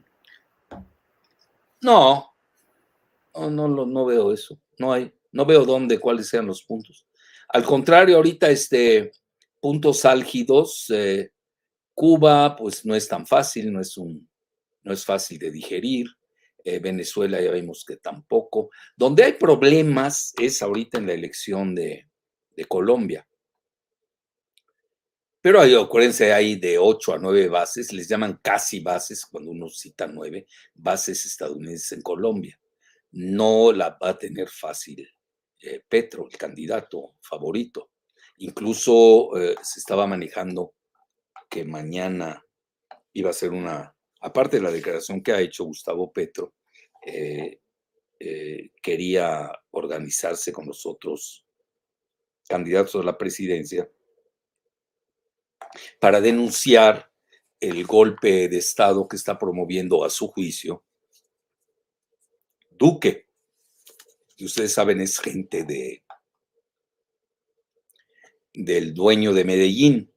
No, no, no, no, no veo eso, no hay, no veo dónde, cuáles sean los puntos. Al contrario, ahorita este, puntos álgidos, eh, Cuba, pues no es tan fácil, no es, un, no es fácil de digerir. Eh, Venezuela ya vimos que tampoco. Donde hay problemas es ahorita en la elección de, de Colombia. Pero hay, acuérdense, hay de ocho a nueve bases, les llaman casi bases, cuando uno cita nueve bases estadounidenses en Colombia. No la va a tener fácil eh, Petro, el candidato favorito. Incluso eh, se estaba manejando que mañana iba a ser una, aparte de la declaración que ha hecho Gustavo Petro, eh, eh, quería organizarse con los otros candidatos a la presidencia para denunciar el golpe de Estado que está promoviendo a su juicio Duque. Y ustedes saben, es gente de, del dueño de Medellín,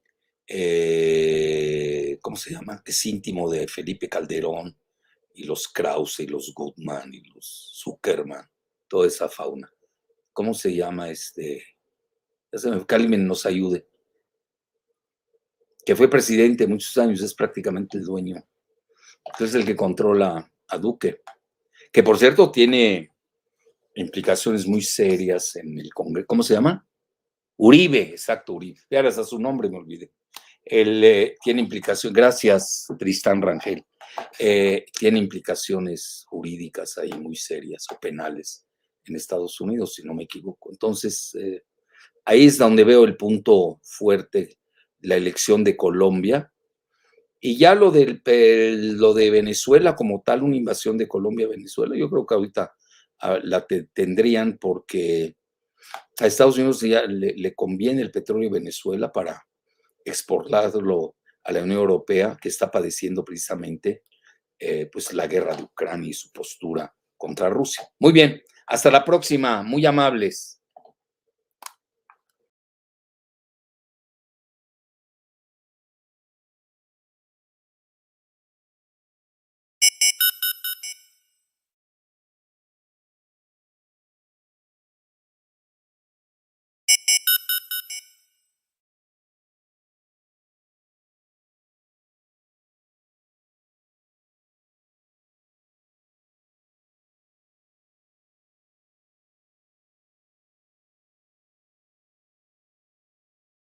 eh, ¿cómo se llama? Es íntimo de Felipe Calderón y los Krause y los Goodman y los Zuckerman, toda esa fauna. ¿Cómo se llama este? Carmen nos ayude. Que fue presidente muchos años, es prácticamente el dueño Entonces el que controla a Duque, que por cierto tiene implicaciones muy serias en el Congreso. ¿Cómo se llama? Uribe, exacto, Uribe. Ya hasta su nombre me olvidé. Él eh, tiene implicaciones, gracias Tristán Rangel, eh, tiene implicaciones jurídicas ahí muy serias o penales en Estados Unidos, si no me equivoco. Entonces, eh, ahí es donde veo el punto fuerte, la elección de Colombia. Y ya lo de, lo de Venezuela como tal, una invasión de Colombia a Venezuela, yo creo que ahorita uh, la te, tendrían porque a Estados Unidos ya le, le conviene el petróleo de Venezuela para exportarlo a la Unión Europea, que está padeciendo precisamente eh, pues la guerra de Ucrania y su postura contra Rusia. Muy bien, hasta la próxima, muy amables.